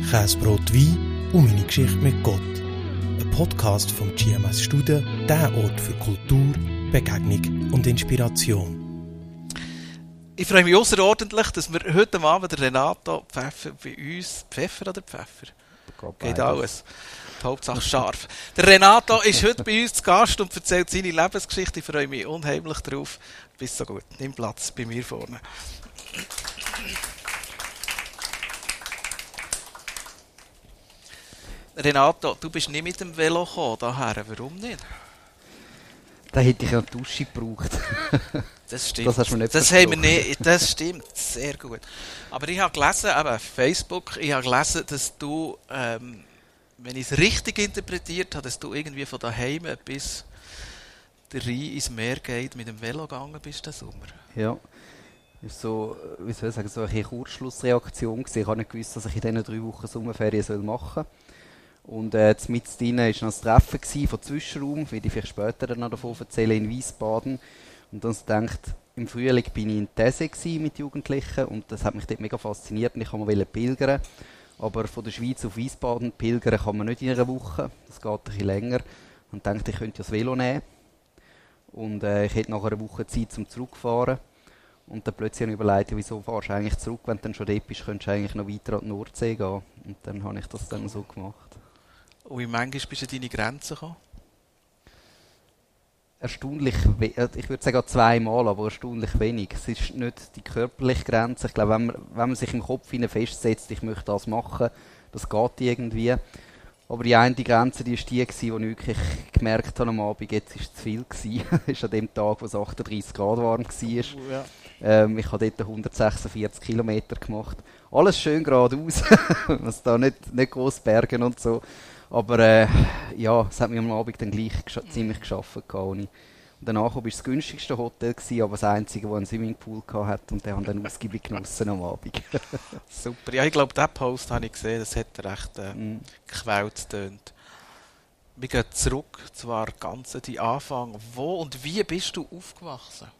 Käsebrot, Wein und meine Geschichte mit Gott. Ein Podcast vom GMS Studen, der Ort für Kultur, Begegnung und Inspiration. Ich freue mich außerordentlich, dass wir heute Abend Renato Pfeffer bei uns... Pfeffer oder Pfeffer? Geht alles. Die Hauptsache scharf. Der Renato ist heute bei uns zu Gast und erzählt seine Lebensgeschichte. Ich freue mich unheimlich drauf. Bist so gut. Nimm Platz bei mir vorne. Renato, du bist nicht mit dem Velo gekommen daher. Warum nicht? Da hätte ich ja eine Dusche gebraucht. Das stimmt. Das hast du mir nicht das haben wir nicht. Das stimmt. Sehr gut. Aber ich habe gelesen, eben auf Facebook, dass du, wenn ich es richtig interpretiert habe, dass du irgendwie von daheim bis der Rhein ins Meer geht, mit dem Velo gegangen bist diesen Sommer. Ja. Das war so, wie soll ich sagen, so eine Kurzschlussreaktion gewesen. Ich habe nicht gewusst, dass ich in diesen 3 Wochen Sommerferien machen soll. Und mitten drin war noch ein Treffen von Zwischenraum, werde ich vielleicht später noch davon erzählen, in Wiesbaden. Und dann gedacht, im Frühling bin ich in These mit Jugendlichen und das hat mich dort mega fasziniert und ich wollte pilgern. Aber von der Schweiz auf Wiesbaden pilgern kann man nicht in einer Woche, das geht ein bisschen länger. Und dachte, ich könnte das Velo nehmen und ich hätte nach einer Woche Zeit zum Zurückfahren. Und dann plötzlich habe ich überlegt, wieso fahrst du eigentlich zurück, wenn du dann schon dort bist, könntest du eigentlich noch weiter an die Nordsee gehen. Und dann habe ich das dann so gemacht. Und wie manchmal bist du an deine Grenzen gekommen? Erstaunlich, ich würde sagen 2-mal, aber erstaunlich wenig. Es ist nicht die körperliche Grenze. Ich glaube, wenn man sich im Kopf festsetzt, ich möchte das machen, das geht irgendwie. Aber die eine Grenze, die war die, wo ich wirklich gemerkt habe am Abend, jetzt ist es zu viel gewesen. Das war an dem Tag, wo es 38 Grad warm war. Ja. Ich habe dort 146 Kilometer gemacht. Alles schön geradeaus. Was da nicht gross Bergen und so. Aber ja, es hat mich am Abend dann gleich ziemlich geschafft. Und danach war es das günstigste Hotel, aber das einzige, das einen Swimmingpool hatte. Und den haben dann ausgiebig genossen am Abend. Super. Ja, ich glaube, diesen Post habe ich gesehen. Das hat recht gequält getönt. Wir gehen zurück, zwar ganz an den Anfang. Wo und wie bist du aufgewachsen?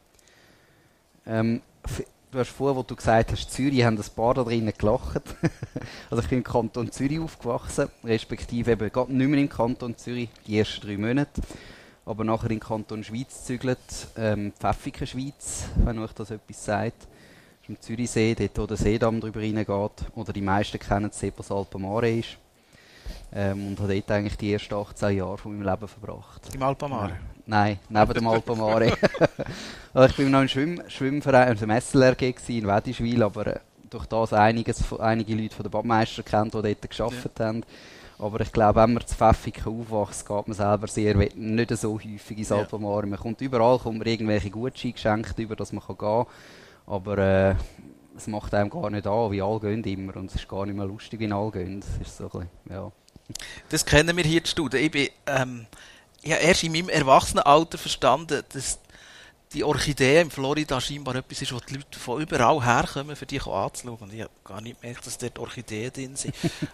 Du hast vorher, wo du gesagt hast, Zürich, haben ein paar da drinnen gelacht. Also ich bin im Kanton Zürich aufgewachsen, respektive eben gerade nicht mehr im Kanton Zürich, die ersten 3 Monate. Aber nachher in den Kanton Schweiz gezügelt, Pfäffiken Schweiz, wenn euch das etwas sagt. Das ist am Zürichsee, dort wo der Seedamm drüber reingeht. Oder die meisten kennen das See, was Alpamare ist. Und habe dort eigentlich die ersten 18 Jahre von meinem Leben verbracht. Im Alpamare? Nein, neben dem Alpamare. Also ich war noch im Schwimmverein, also im SLRG in Wädischwil, aber durch das einige Leute von der Badmeister kennt, die dort gearbeitet haben. Aber ich glaube, wenn man zu Pfäffiken aufwächst, geht man selber nicht so häufig ins Alpamare. Man kommt überall irgendwelche Gutscheine geschenkt, über das man gehen kann. Aber es macht einem gar nicht an, wie alle gehen immer. Und es ist gar nicht mehr lustig, wie alle gehen. Das ist so ein bisschen, ja. Das kennen wir hier in Studien. Ich habe erst in meinem Erwachsenenalter verstanden, dass die Orchidee in Florida scheinbar etwas ist, wo die Leute von überall herkommen, für die anzuschauen. Und ich habe gar nicht gemerkt, dass dort Orchideen drin sind.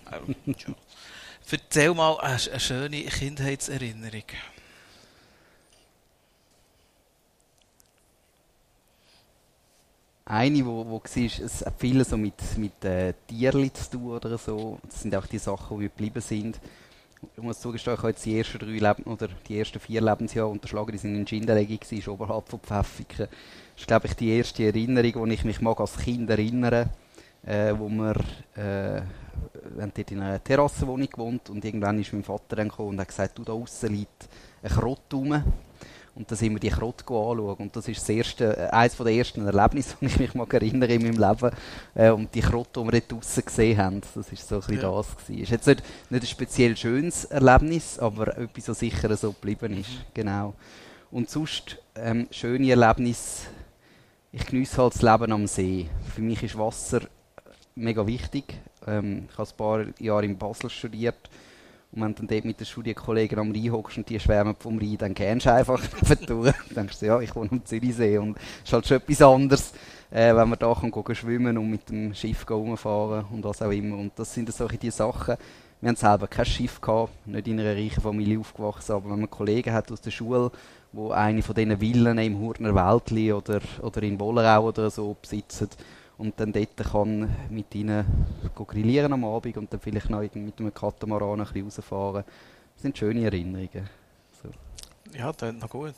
Erzähl mal eine schöne Kindheitserinnerung. Eine, die war, es hat viel so mit Tierchen zu tun oder so. Das sind auch die Sachen, die geblieben sind. Ich muss zugestehen, ich habe jetzt die ersten 4 Lebensjahre unterschlagen, die sind in Schindelegi, ist oberhalb von Pfäffiken. Das ist, glaube ich, die erste Erinnerung, an die ich mich als Kind erinnere, wo wir haben dort in einer Terrassenwohnung gewohnt und irgendwann ist mein Vater dann gekommen und hat gesagt, du, da aussen liegt ein Krott rum. Und dann sind wir die Krott anschauen. Und das ist eines der ersten Erlebnisse, an die ich mich mal erinnere in meinem Leben. Und die Krott, die wir dort draussen gesehen haben, das war so ein bisschen das gewesen. Es ist jetzt nicht ein speziell schönes Erlebnis, aber etwas, was sicher so geblieben ist. Genau. Und sonst, schöne Erlebnisse, ich geniesse halt das Leben am See. Für mich ist Wasser mega wichtig. Ich habe ein paar Jahre in Basel studiert. Und wenn du dann dort mit den Studienkollegen am Rhein hockst und die schwärmen vom Rhein, dann gehst du einfach durch. Dann denkst du, ja, ich wohne am Zürichsee und es ist halt schon etwas anderes, wenn man da kann schwimmen und mit dem Schiff rumfahren und was auch immer. Und das sind solche die Sachen. Wir haben selber kein Schiff gehabt, nicht in einer reichen Familie aufgewachsen, aber wenn man Kollegen hat aus der Schule, die eine von diesen Villen im Hurtner Wäldli oder in Wollerau oder so besitzen und dann dort kann mit ihnen grillieren am Abend und dann vielleicht noch mit einem Katamaran ein bisschen rausfahren. Das sind schöne Erinnerungen. So. Ja, das ist noch gut.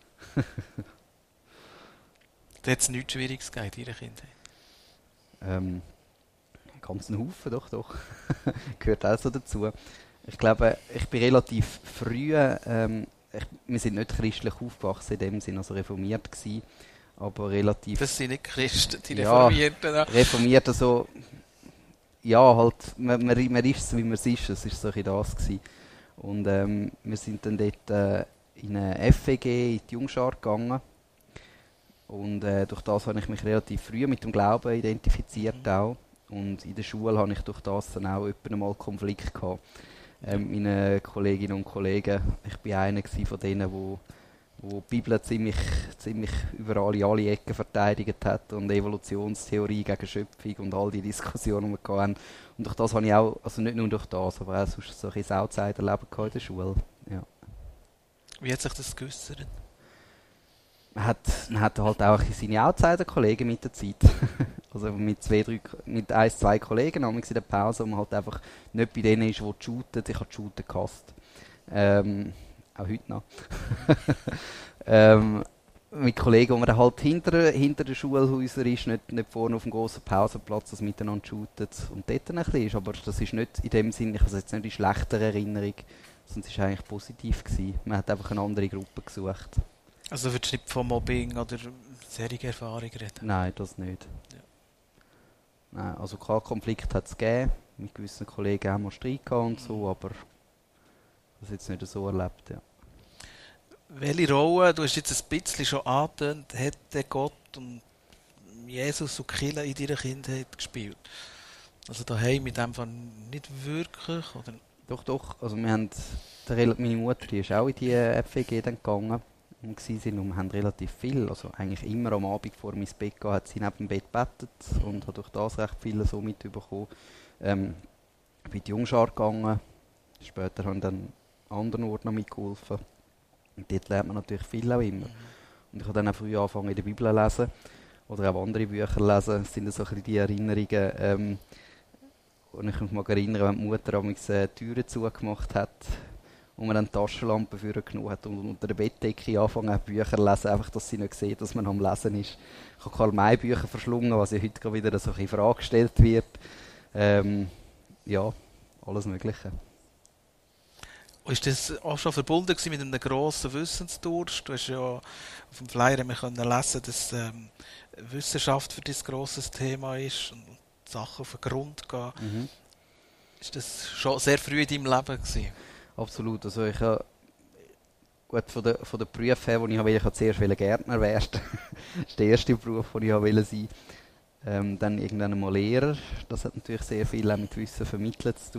Da hat es nichts Schwieriges gegeben in Ihrer Kindheit? Ganz einen Haufen, doch. Gehört auch so dazu. Ich glaube, ich bin relativ früh, wir sind nicht christlich aufgewachsen in dem Sinne, also reformiert gewesen, aber relativ... Das sind nicht Christen, die ja, Reformierten. Reformiert, also... Ja, halt, man ist es, wie man es ist. Das war so ein bisschen das gewesen. Und wir sind dann dort in eine FEG, in die Jungschar gegangen. Und durch das habe ich mich relativ früh mit dem Glauben identifiziert auch. Und in der Schule habe ich durch das dann auch einmal Konflikt gehabt. Meine Kolleginnen und Kollegen, ich war einer von denen, wo die Bibel ziemlich überall in alle Ecken verteidigt hat und Evolutionstheorie gegen Schöpfung und all die Diskussionen, die wir hatten. Und durch das habe ich auch, also nicht nur durch das, aber auch sonst so ein Outsider-Leben in der Schule. Ja. Wie hat sich das geäussert? Man hat halt auch seine Outsider-Kollegen mit der Zeit. Also mit 1, 2 Kollegen in der Pause, wo man halt einfach nicht bei denen ist, die shooten. Ich habe shooten gehasst. Auch heute noch. Mit Kollegen, wo man halt hinter den Schulhäusern ist, nicht vorne auf dem grossen Pausenplatz, das miteinander shootet und dort ein bisschen ist. Aber das ist nicht in dem Sinne, ich habe jetzt nicht die schlechtere Erinnerung, sondern es war eigentlich positiv gewesen. Man hat einfach eine andere Gruppe gesucht. Also würdest du nicht von Mobbing oder solche Erfahrungen reden? Nein, das nicht. Ja. Nein, also klar, Konflikt hat es gegeben. Mit gewissen Kollegen haben wir Streit gehabt und so, aber das jetzt nicht so erlebt, ja. Welche Rolle, du hast jetzt ein bisschen schon angetönt, hat der Gott und Jesus und Kirche in deiner Kindheit gespielt? Also daheim mit dem Fall nicht wirklich? Oder? Doch. Also wir haben, meine Mutter die ist auch in die FWG dann gegangen und wir haben relativ viel, also eigentlich immer am Abend vor mein Bett gehen, hat sie neben dem Bett gebetet und hat durch das recht viel so mitbekommen. Bin in die Jungschar gegangen, später haben dann anderen Orten noch mitgeholfen. Und dort lernt man natürlich viel auch immer. Und ich habe dann auch früh angefangen in der Bibel zu lesen oder auch andere Bücher zu lesen. Das sind so ein bisschen die Erinnerungen. Und ich mich erinnern, wenn die Mutter die Türen zugemacht hat und man dann die Taschenlampe genommen hat und unter der Bettdecke angefangen hat, Bücher zu lesen, einfach, dass sie nicht sieht, dass man am Lesen ist. Ich habe Karl-May-Bücher verschlungen, was ja heute wieder so in Frage gestellt wird. Ja, alles Mögliche. Ist das auch schon verbunden mit einem grossen Wissensdurst? Du hast ja auf dem Flyer lesen, dass Wissenschaft für dein grosses Thema ist und Sachen auf den Grund gehen. Mhm. Ist das schon sehr früh in deinem Leben gewesen? Absolut. Also ich habe gut von der Berufe her, wo ich zuerst Gärtner werden. Das ist der erste Beruf, den ich sein wollte. Dann irgendwann mal Lehrer. Das hat natürlich sehr viel auch mit Wissen vermitteln zu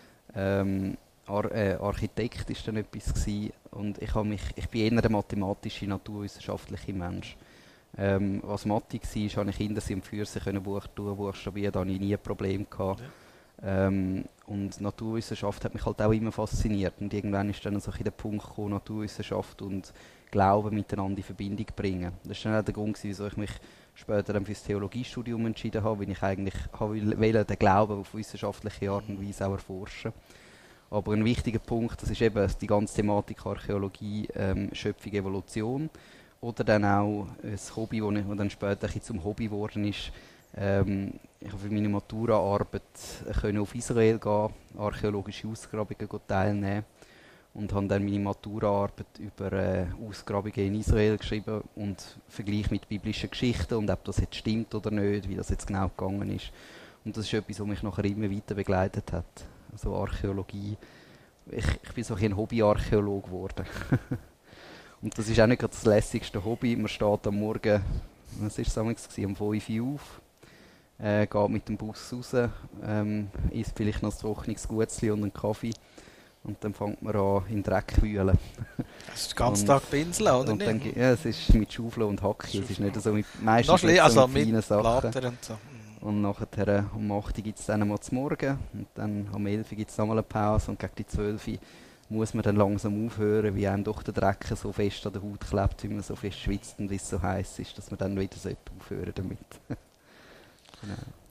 tun. Architekt war dann etwas gewesen. Und ich bin eher der mathematische, naturwissenschaftliche Mensch. Was Mathe war, konnte ich Kinder und Füße buchstabieren, da hatte ich nie ein Problem gehabt. Ja. Und Naturwissenschaft hat mich halt auch immer fasziniert. Und irgendwann ist dann so der Punkt gekommen, Naturwissenschaft und Glauben miteinander in Verbindung bringen. Das war dann auch der Grund, wieso ich mich später dann für das Theologiestudium entschieden habe, weil ich eigentlich den Glauben auf wissenschaftliche Art und Weise auch erforschen. Aber ein wichtiger Punkt, das ist eben die ganze Thematik Archäologie, Schöpfung, Evolution. Oder dann auch ein Hobby, das dann später zum Hobby geworden ist. Ich habe für meine Maturaarbeit auf Israel gehen, archäologische Ausgrabungen teilnehmen und habe dann meine Maturaarbeit über Ausgrabungen in Israel geschrieben und Vergleich mit biblischen Geschichten und ob das jetzt stimmt oder nicht, wie das jetzt genau gegangen ist. Und das ist etwas, was mich nachher immer weiter begleitet hat. Also Archäologie. Ich bin so ein Hobby-Archäolog geworden. Und das ist auch nicht gerade das lässigste Hobby. Man steht am Morgen, was war es damals, um 5 Uhr auf, geht mit dem Bus raus, isst vielleicht noch ein trockenes Gutzli und einen Kaffee und dann fängt man an, in den Dreck zu wühlen. Das ist den ganzen Tag pinseln, oder und nicht? Dann, ja, es ist mit Schaufeln und Hacken. Es ist nicht so meistens mit feinen Sachen. Und so. Und nachher um 8 Uhr gibt es dann mal zum Morgen und dann um 11 Uhr gibt es nochmal eine Pause und gegen die 12 Uhr muss man dann langsam aufhören, wie einem doch der Dreck so fest an der Haut klebt, wie man so fest schwitzt und wie es so heiß ist, dass man dann wieder aufhören damit. Genau.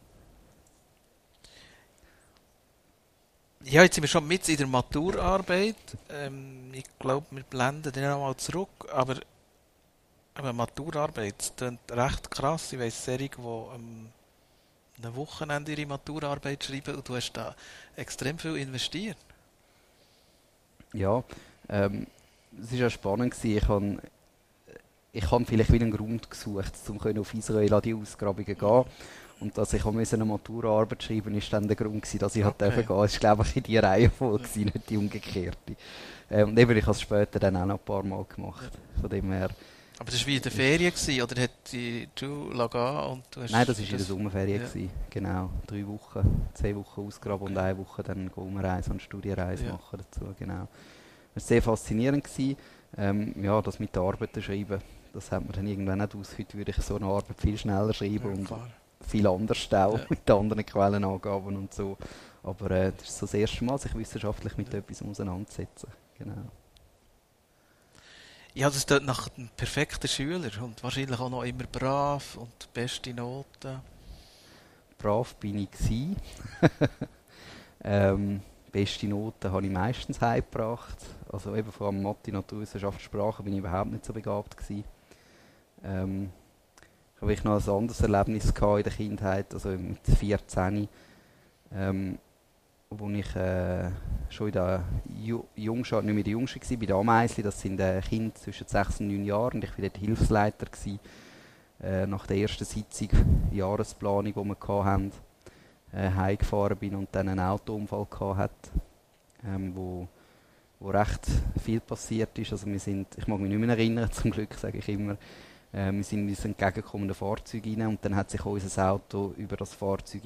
Ja, jetzt sind wir schon mit in der Maturarbeit. Ich glaube, wir blenden den nochmal zurück. Aber Maturarbeit, das klingt recht krass. Ich weiss, Serie, die ein Wochenende ihre Maturarbeit schreiben und du hast da extrem viel investiert. Ja, es war ja spannend gewesen. Ich habe vielleicht wieder einen Grund gesucht, um auf Israel an die Ausgrabungen zu gehen. Und dass ich eine Maturarbeit schreiben musste, war dann der Grund gewesen, dass ich halt gehen durfte. Das war, glaube ich, in die Reihenfolge, nicht die umgekehrte. Und eben, ich habe es später dann auch noch ein paar Mal gemacht. Von dem her. Aber das war wie in der Ferien gewesen, oder hat die Schule gehen und du hast... Nein, das war in der Sommerferien gewesen. Genau, 3 Wochen, 10 Wochen Ausgraben und 1 Woche dann Umreise und Studienreise machen dazu, genau. Es war sehr faszinierend gewesen. Ja, das mit der Arbeit schreiben, das hat man dann irgendwann nicht aus. Heute würde ich so eine Arbeit viel schneller schreiben und viel anders auch mit anderen Quellenangaben und so. Aber das ist so das erste Mal, sich wissenschaftlich mit etwas auseinandersetzen. Genau. Ja, das klingt nach einem perfekten Schüler und wahrscheinlich auch noch immer brav und beste Noten. Brav bin ich gewesen. Beste Noten habe ich meistens heimgebracht. Also eben vor allem Mathe, Naturwissenschaft, Sprache bin ich überhaupt nicht so begabt gewesen. Ich habe noch ein anderes Erlebnis gehabt in der Kindheit, also mit 14, wo ich schon in der Jungschar, nicht mehr der Jungste war, bei den Ameisli, das sind Kinder zwischen 6 und 9 Jahren und ich war dort Hilfsleiter gewesen, nach der ersten Sitzung, Jahresplanung, die wir hatten, heimgefahren bin und dann einen Autounfall hatte, wo recht viel passiert ist. Also ich mag mich nicht mehr erinnern, zum Glück sage ich immer. Wir sind in ein entgegenkommende Fahrzeug rein und dann hat sich unser Auto über das Fahrzeug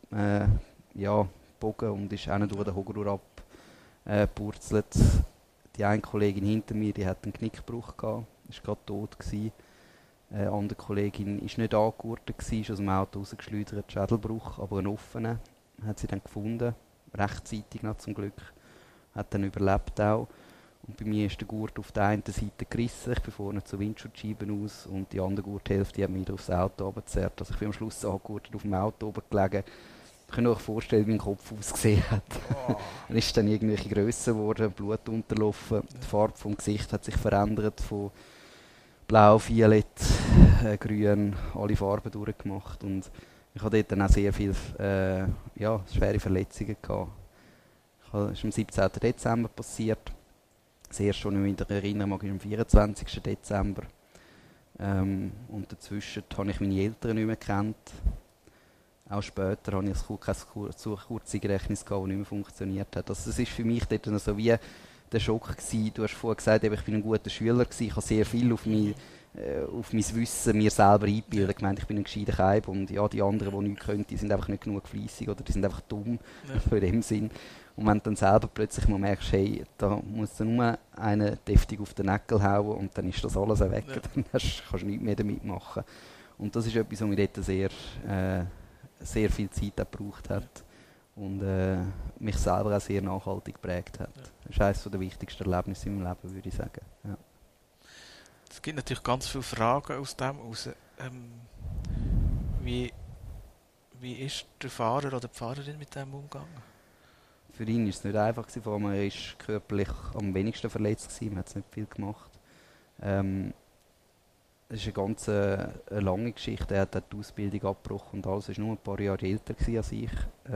gebogen und ist auch durch den Hogerur abgepurzelt. Die eine Kollegin hinter mir, die hat einen Knickbruch gehabt, ist gerade tot gewesen. Eine andere Kollegin ist nicht angegurtet, ist aus dem Auto rausgeschleudert, Schädelbruch, aber einen offenen hat sie dann gefunden, rechtzeitig noch zum Glück, hat dann überlebt auch. Und bei mir ist der Gurt auf der einen Seite gerissen, ich bin vorne zur Windschutzscheibe aus und die andere Gurthälfte hat mich wieder aufs Auto runtergezerrt. Also ich bin am Schluss angegurtet auf dem Auto oben gelegen. Ich kann euch vorstellen, wie mein Kopf ausgesehen hat. Er ist dann irgendwelche grösser geworden, Blut unterlaufen, die Farbe vom Gesicht hat sich verändert, von Blau, Violett, Grün, alle Farben durchgemacht. Und ich hatte dort dann auch sehr viele schwere Verletzungen gehabt. Das ist am 17. Dezember passiert. Das erste, was ich mich erinnern mag, ist am 24. Dezember. Und dazwischen habe ich meine Eltern nicht mehr gekannt. Auch später hatte ich ein kurzes Gedächtnis, das nicht mehr funktioniert hat. Also das war für mich dort so wie der Schock gewesen. Du hast vorhin gesagt, ich bin ein guter Schüler gewesen. Ich habe sehr viel auf mein Wissen mir selber eingebildet. Ich meine, ich bin ein gescheiter Keib und ja, die anderen, die nichts können, die sind einfach nicht genug fleissig oder die sind einfach dumm, in dem Sinn. Und wenn du dann selber plötzlich mal merkst, hey, da muss du nur einen deftig auf den Nägel hauen und dann ist das alles weg, dann kannst du nichts mehr damit machen. Und das ist etwas, was mir dort sehr viel Zeit gebraucht hat und mich selber auch sehr nachhaltig geprägt hat. Das ist eines der wichtigsten Erlebnisse in meinem Leben, würde ich sagen. Ja. Es gibt natürlich ganz viele Fragen aus dem heraus. Wie ist der Fahrer oder die Fahrerin mit dem umgegangen? Für ihn war es nicht einfach, vor allem er war körperlich am wenigsten verletzt, man hat es nicht viel gemacht. Es ist eine ganz lange Geschichte, er hat die Ausbildung abgebrochen und alles, er war nur ein paar Jahre älter als ich.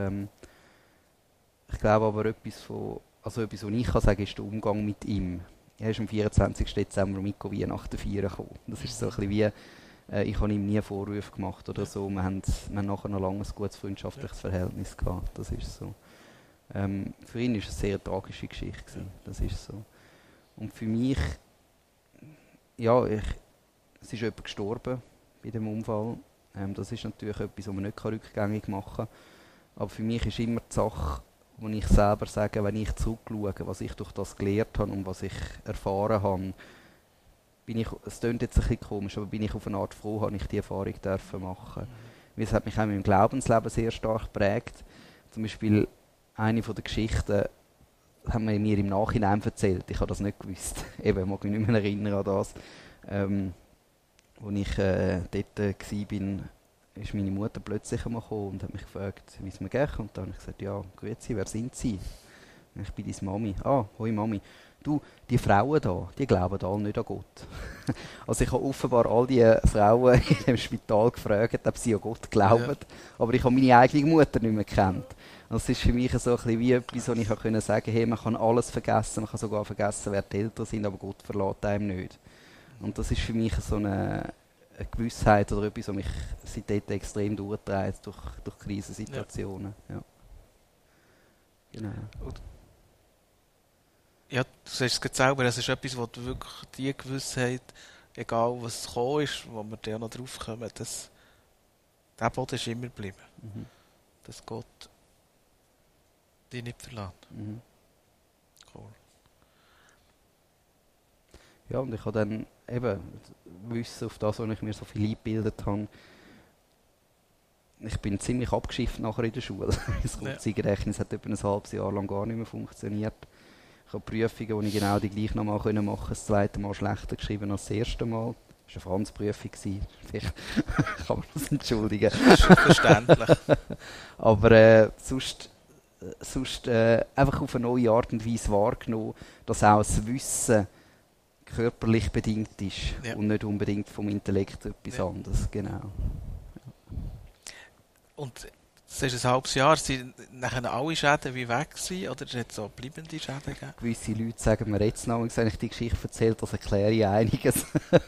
Ich glaube aber, etwas, was ich sagen kann, ist der Umgang mit ihm. Er ist am 24. Dezember mit Weihnachten feiern gekommen. Das ist so ein bisschen wie, ich habe ihm nie Vorwürfe gemacht oder so. Wir haben nachher noch lange ein gutes freundschaftliches Verhältnis gehabt. Das ist so. Für ihn war es eine sehr tragische Geschichte gewesen. Das ist so. Und für mich, ja, es ist jemand gestorben bei dem Unfall. Das ist natürlich etwas, was man nicht rückgängig machen kann. Aber für mich ist immer die Sache, wo ich selber sage, wenn ich zurückschaue, was ich durch das gelernt habe und was ich erfahren habe, es klingt jetzt ein bisschen komisch, aber bin ich auf eine Art froh, habe ich diese Erfahrung machen. Weil es hat mich auch in meinem Glaubensleben sehr stark geprägt. Zum Beispiel eine der Geschichten haben wir mir im Nachhinein erzählt. Ich habe das nicht gewusst. Eben, mag mich nicht mehr erinnern an das. Als ich dort war, ist meine Mutter plötzlich einmal gekommen und hat mich gefragt, wie es mir geht. Und dann habe ich gesagt, ja, grüezi, wer sind Sie? Und ich bin deine Mami. Ah, hoi Mami. Du, die Frauen da, die glauben alle nicht an Gott. Also ich habe offenbar all die Frauen in dem Spital gefragt, ob sie an Gott glauben. Ja. Aber ich habe meine eigene Mutter nicht mehr gekannt. Das ist für mich so ein bisschen wie etwas, wo ich sagen konnte, hey, man kann alles vergessen, man kann sogar vergessen, wer die Eltern sind, aber Gott verlässt einem nicht. Und das ist für mich so eine Gewissheit oder etwas, was mich seitdem extrem durchtreibt durch Krisensituationen. Ja. Ja. Genau. Ja, du sagst es gerade selber, es ist etwas, wo du wirklich die Gewissheit, egal was gekommen ist, wo wir dann noch drauf kommen, der Boden ist immer geblieben. Mhm. Dass Gott dich nicht verlässt. Mhm. Cool. Ja, und ich habe dann eben Wissen auf das, was ich mir so viel eingebildet habe. Ich bin ziemlich abgeschifft nachher in der Schule. Das Kurzzeitgedächtnis hat etwa ein halbes Jahr lang gar nicht mehr funktioniert. Ich habe Prüfungen, die ich genau die gleich nochmal machen konnte, das zweite Mal schlechter geschrieben als das erste Mal. Das war eine Franzprüfung. Vielleicht kann man das entschuldigen. Das ist verständlich. Aber sonst einfach auf eine neue Art und Weise wahrgenommen, dass auch das Wissen körperlich bedingt ist und nicht unbedingt vom Intellekt etwas anderes. Genau. Und das ist ein halbes Jahr, sind nachher alle Schäden wie weg gewesen, oder hat es auch bleibende Schäden gegeben? Gewisse Leute sagen mir jetzt noch, wenn ich die Geschichte erzähle, das erkläre ich einiges.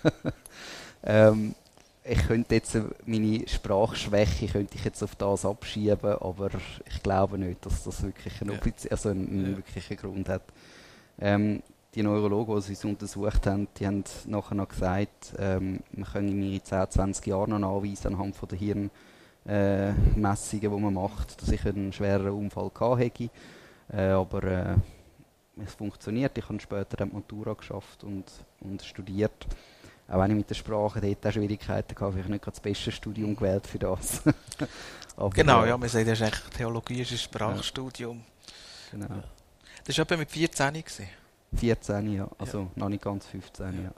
Ich könnte jetzt meine Sprachschwäche könnte ich jetzt auf das abschieben, aber ich glaube nicht, dass das wirklich einen wirklichen Grund hat. Die Neurologen, die uns untersucht haben, die haben nachher noch gesagt, wir können in 10, 20 Jahren noch nachweisen anhand von der Hirnmessungen, die man macht, dass ich einen schweren Unfall hatte. Aber es funktioniert. Ich habe später die Matura geschafft und studiert. Auch wenn ich mit der Sprache dort auch Schwierigkeiten hatte, ich nicht gerade das beste Studium gewählt für das. Aber, genau, ja, man sagt, das ist eigentlich Theologie, ist ein Sprachstudium. Ja. Genau. Das war etwa mit 14 gewesen. 14, ja. Also noch nicht ganz 15, ja.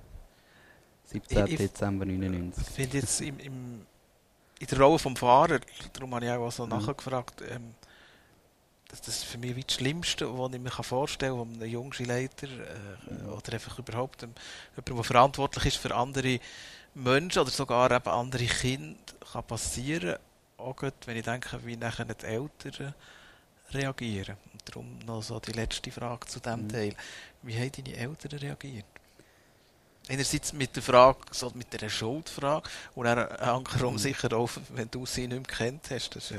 17. Dezember 1999. Ich finde jetzt in der Rolle des Fahrers, darum habe ich auch so nachgefragt, das ist für mich wie das Schlimmste, was ich mir vorstellen kann, was einem Jungschulleiter oder einfach überhaupt jemand, der verantwortlich ist für andere Menschen oder sogar eben andere Kinder, kann passieren. Auch gut, wenn ich denke, wie nachher die Eltern reagieren. Und darum noch so die letzte Frage zu diesem Teil. Wie haben deine Eltern reagiert? Einerseits mit der Frage, so mit der Schuldfrage und dann andersrum sicher auch, wenn du sie nicht mehr kennt hast. Das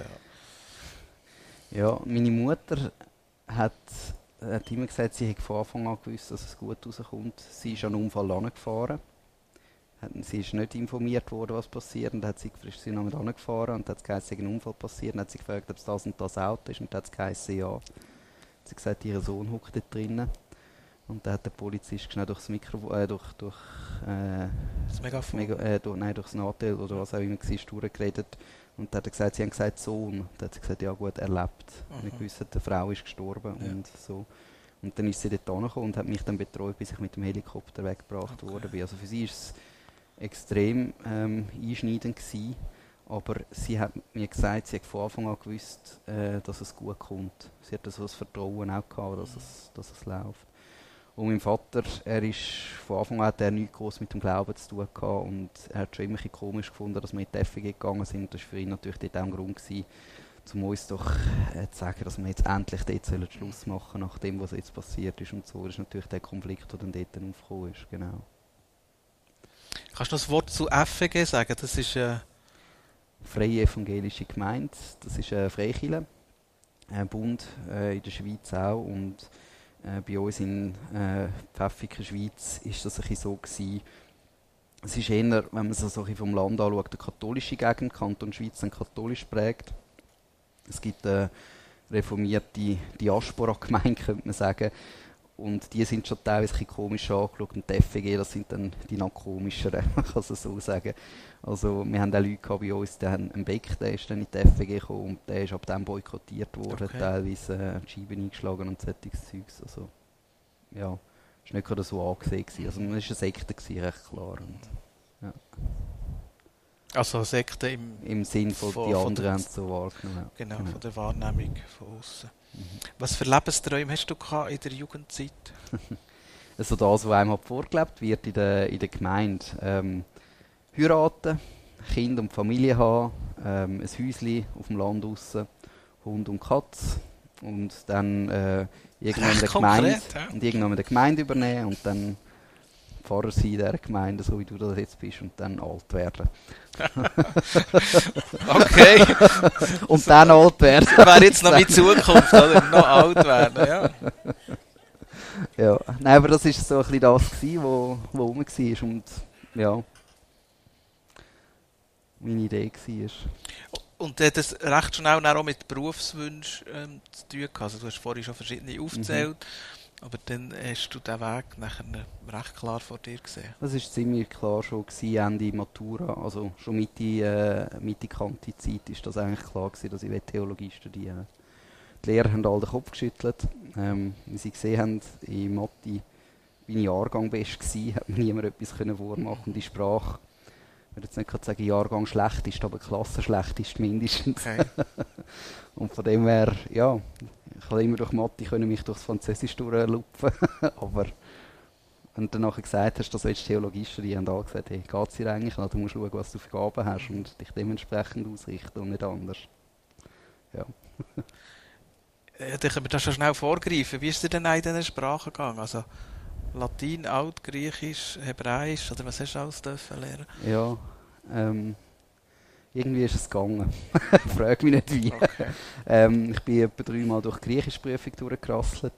ja, meine Mutter hat immer gesagt, sie hätte von Anfang an gewusst, dass es gut rauskommt. Sie ist an einen Unfall angefahren. Sie ist nicht informiert worden, was passiert. Und dann hat sie gefragt, sie noch mit angefahren und hat gesagt, es sei ein Unfall passiert. Und hat sie gefragt, ob es das und das Auto ist. Und dann hat sie gesagt, ja. Sie hat gesagt, ihr Sohn hockt dort drinnen. Und dann hat der Polizist schnell durchs Mikrofon, durchs Megafon? Durchs Nadel oder was auch immer war, durchgeredet. Und dann hat er gesagt, sie haben gesagt Sohn. Dann hat sie gesagt, ja gut, er lebt. Und ich wusste, die Frau ist gestorben und so. Und dann ist sie dort angekommen und hat mich dann betreut, bis ich mit dem Helikopter weggebracht worden bin. Also für sie ist es extrem einschneidend gewesen. Aber sie hat mir gesagt, sie hat von Anfang an gewusst, dass es gut kommt. Sie hatte so das Vertrauen auch gehabt, dass es läuft. Und mein Vater, von Anfang an hat er nichts groß mit dem Glauben zu tun gehabt und er hat schon immer ein bisschen komisch gefunden, dass wir in die FG gegangen sind. Das war für ihn natürlich dort auch ein Grund gewesen, um uns doch zu sagen, dass wir jetzt endlich dort Schluss machen sollen, nach dem, was jetzt passiert ist und so. Das ist natürlich der Konflikt, der dann dort aufgekommen ist, genau. Kannst du noch ein Wort zu FG sagen? Das ist Freie Evangelische Gemeinde, das ist eine Freikirche, ein Bund in der Schweiz auch und bei uns in Pfäffiken, Schweiz, ist das ein bisschen so gewesen. Es ist eher, wenn man es so vom Land anschaut, eine katholische Gegend, Kanton Schweiz sind katholisch geprägt. Es gibt eine reformierte Diaspora-Gemeinde, könnte man sagen. Und die sind schon teilweise ein bisschen komisch angeschaut. Und die FEG, das sind dann die noch komischeren, man kann es so sagen. Also wir haben auch Leute gehabt bei uns, die haben einen Beck, der ist dann in die FEG gekommen und der ist ab dem boykottiert worden, teilweise die Scheiben eingeschlagen und solches Zeugs. Also ja, das war nicht gerade so angesehen. Also man war eine Sekte, recht klar. Und, ja. Also Sekte im Sinn von die anderen haben es so wahrgenommen. Genau, von der Wahrnehmung von außen. Was für Lebensträume hast du gehabt in der Jugendzeit? Also das, was einem halt vorgelebt wird in der Gemeinde. Heiraten, Kind und Familie haben, ein Häuschen auf dem Land draussen, Hund und Katz und dann irgendwann in der Gemeinde übernehmen und dann Pfarrer sein in dieser Gemeinde, so wie du das jetzt bist, und dann alt werden. Okay. Und dann alt werden. Wäre jetzt noch meine Zukunft, oder? Noch alt werden, ja. Ja, nein, aber das war so ein bisschen das, was rum war und ja, meine Idee war. Und hat das recht schnell auch mit Berufswünschen zu tun gehabt? Also du hast vorhin schon verschiedene aufgezählt, aber dann hast du den Weg nachher recht klar vor dir gesehen. Das war ziemlich klar schon Ende Matura, also schon Mitte Kanti-Zeit war das eigentlich klar gewesen, dass ich Theologie studieren will. Die Lehrer haben alle den Kopf geschüttelt. Wie sie gesehen haben, in Mathe bin ich Jahrgang best gewesen, hat mir niemand etwas vormachen. Und die Sprache, ich würde jetzt nicht gerade sagen, Jahrgang schlecht ist, aber Klasse schlecht ist mindestens. Okay. Und von dem her, ja, ich konnte immer durch Mathe mich durchs Französisch durchlupfen. Aber wenn du danach gesagt hast, dass du Theologie studieren, haben alle gesagt, hey, geht es dir eigentlich noch? Du musst schauen, was du für Gaben hast und dich dementsprechend ausrichten und nicht anders. Ja. Ja, dann können wir das schon schnell vorgreifen. Wie ist dir denn in diesen Sprachen gegangen? Also Latein, Altgriechisch, Hebräisch oder was hast du alles dürfen lernen? Ja, irgendwie ist es gegangen. Ich frage mich nicht wie. Okay. Ich bin etwa 3 Mal durch die Griechischprüfung durchgerasselt.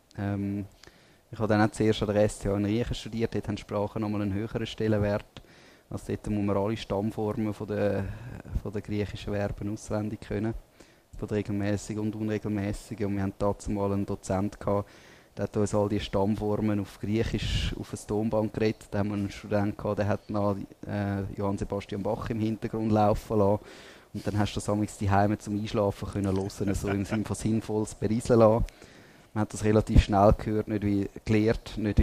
Ich habe dann auch zuerst an der STH in Riechen studiert. Dort haben Sprachen nochmal einen höheren Stellenwert. Also dort muss man alle Stammformen von der griechischen Verben auswendig können. Von regelmäßig und unregelmäßig. Und wir hatten dazu mal einen Dozent gehabt, der hat uns all die Stammformen auf Griechisch auf ein Tonband geredet. Da haben wir einen Studenten gehabt, der hat noch Johann Sebastian Bach im Hintergrund laufen lassen. Und dann hast du das amigs die Heime zum Einschlafen können hören, so im Sinne von sinnvolles berieseln lassen. Man hat das relativ schnell gehört, nicht gelernt, nicht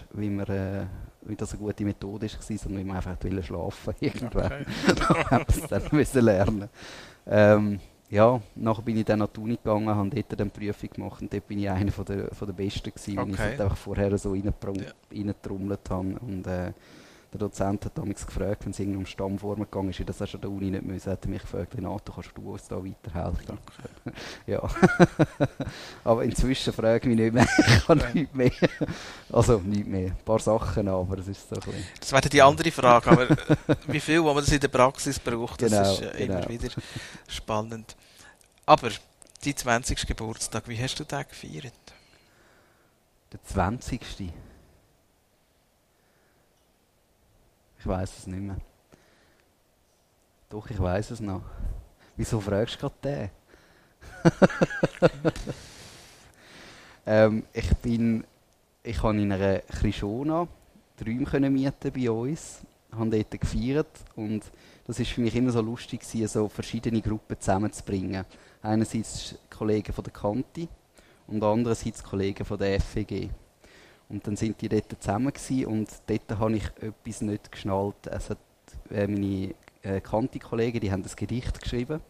wie das eine gute Methode war, sondern wie man einfach schlafen wollte. Irgendwann. Da haben wir es dann müssen lernen. Ja, nachher bin ich dann an die Uni gegangen, habe dort dann die Prüfung gemacht und dort bin ich einer von der Besten gewesen, weil ich es einfach vorher so reingetrommelt habe. Und der Dozent hat damals gefragt, wenn es irgendwie um Stammformen gegangen ist, das hast du an der Uni nicht müssen, hat er mich gefragt, Renato, kannst du uns da weiterhelfen? Okay. Ja. Aber inzwischen frage ich mich nicht mehr, ich kann nichts mehr. Also nicht mehr, ein paar Sachen, aber es ist so ein bisschen. Das wäre die andere Frage, aber wie viel, wo man das in der Praxis braucht, das genau, ist immer wieder spannend. Aber dein 20. Geburtstag, wie hast du den gefeiert? Der 20. Ich weiss es nicht mehr. Doch, ich weiss es noch. Wieso fragst du gerade den? Ich konnte in einer Krishona Räume mieten bei uns, habe dort gefeiert und das war für mich immer so lustig, so verschiedene Gruppen zusammenzubringen. Einerseits Kollegen von der Kanti und andererseits Kollegen von der FEG. Und dann sind die dort zusammen gewesen, und dort habe ich etwas nicht geschnallt. Es hat meine Kanti-Kollegen, die haben ein Gedicht geschrieben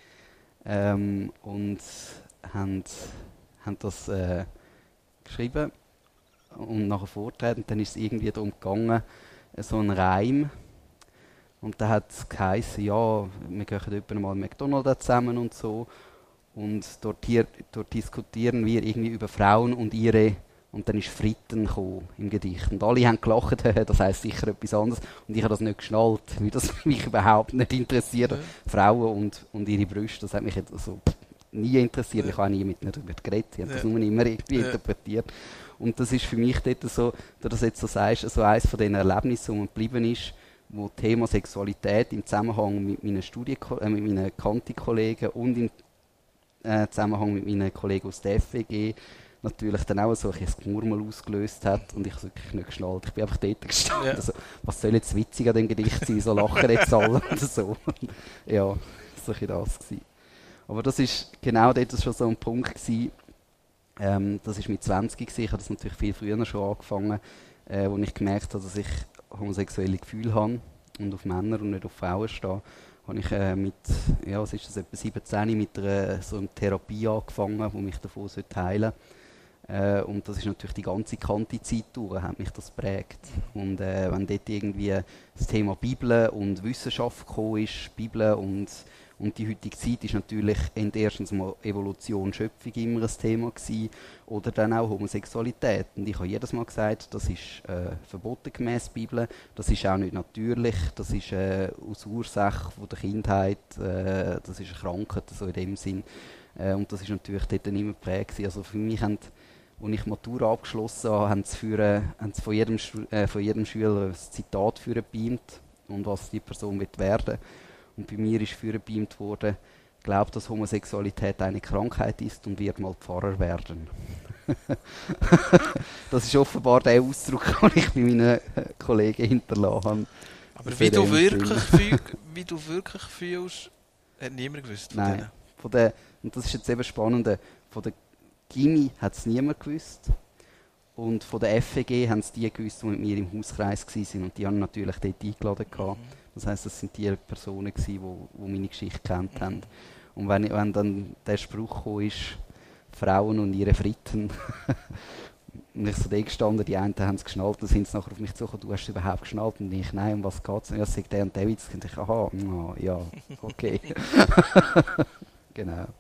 und haben das geschrieben und nachher vorgetragen. Und dann ist es irgendwie darum gegangen, so ein Reim. Und dann hat es geheißen, ja, wir gehen etwa mal McDonald's zusammen und so. Und dort diskutieren wir irgendwie über Frauen und ihre. Und dann ist Fritten gekommen im Gedicht. Und alle haben gelacht, das heisst sicher etwas anderes. Und ich habe das nicht geschnallt, weil das mich überhaupt nicht interessiert. Ja. Frauen und ihre Brüste, das hat mich also nie interessiert. Ja. Ich habe nie mit ihnen darüber geredet. Ich habe das nur immer irgendwie interpretiert. Und das ist für mich dort so, da du das jetzt so sagst, so eines von den Erlebnissen, wo man geblieben ist, wo Thema Sexualität im Zusammenhang mit meinen mit meinen Kanti-Kollegen und im Zusammenhang mit meinen Kollegen aus der FWG natürlich dann auch so ein Gemurmel ausgelöst hat und ich es wirklich nicht geschnallt. Ich bin einfach dort gestanden. Ja. Also, was soll jetzt witzig an dem Gedicht sein? So lachen jetzt alle oder so. Ja, das war das gewesen. Aber das war genau dort schon so ein Punkt gewesen. Das war mit 20 gewesen. Ich habe das natürlich viel früher schon angefangen, wo ich gemerkt habe, dass ich homosexuelle Gefühle habe. und auf Männer und nicht auf Frauen stehe, habe ich mit, ja, was ist das, etwa 17 mit so einer Therapie angefangen, die mich davon heilen sollte. Und das ist natürlich die ganze Kanti-Zeit durch, hat mich das geprägt. Und wenn dort irgendwie das Thema Bibel und Wissenschaft gekommen ist, Bibel und die heutige Zeit ist natürlich erstens mal Evolution, Schöpfung immer ein Thema gewesen, oder dann auch Homosexualität. Und ich habe jedes Mal gesagt, das ist verboten gemäss Bibel, das ist auch nicht natürlich, das ist aus Ursache von der Kindheit, das ist eine Krankheit, so in dem Sinn. Und das ist natürlich dort dann immer geprägt. Also für mich als ich Matura abgeschlossen habe, haben sie von jedem Schüler ein Zitat vorgebeamt und was die Person werden will. Und bei mir ist vorgebeamt worden, glaubt, dass Homosexualität eine Krankheit ist und wird mal Pfarrer werden. Das ist offenbar der Ausdruck, den ich bei meinen Kollegen hinterlassen habe. Aber wie du wirklich fühlst, hat niemand gewusst von Nein. denen. Und das ist jetzt eben spannend, von der Gymi hat es niemand gewusst. Und von der FEG haben es die gewusst, die mit mir im Hauskreis waren. Und die haben natürlich dort eingeladen gehabt. Das heisst, das sind die Personen gewesen, die meine Geschichte kennt haben. Und wenn dann der Spruch kam, ist, Frauen und ihre Fritten, und ich so da gestanden, die einen haben es geschnallt, dann sind sie nachher auf mich zugekommen, du hast es überhaupt geschnallt? Und ich, nein, um was geht es? Ja, es sagt der und der Witz. Und ich, aha, ja, okay. Genau.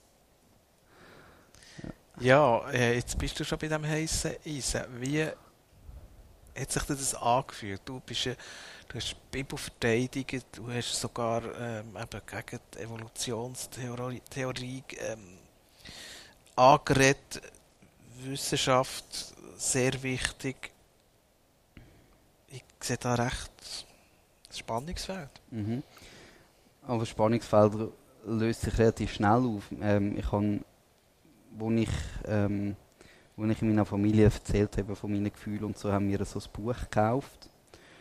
Ja, jetzt bist du schon bei dem heissen Eisen. Wie hat sich das angefühlt? Du hast die Bibel verteidigt, du hast sogar eben gegen die Evolutionstheorie angeredet. Wissenschaft, sehr wichtig. Ich sehe da recht ein Spannungsfeld. Mhm. Aber das Spannungsfeld löst sich relativ schnell auf. Als ich in meiner Familie erzählt habe von meinen Gefühlen und so, haben wir so ein Buch gekauft.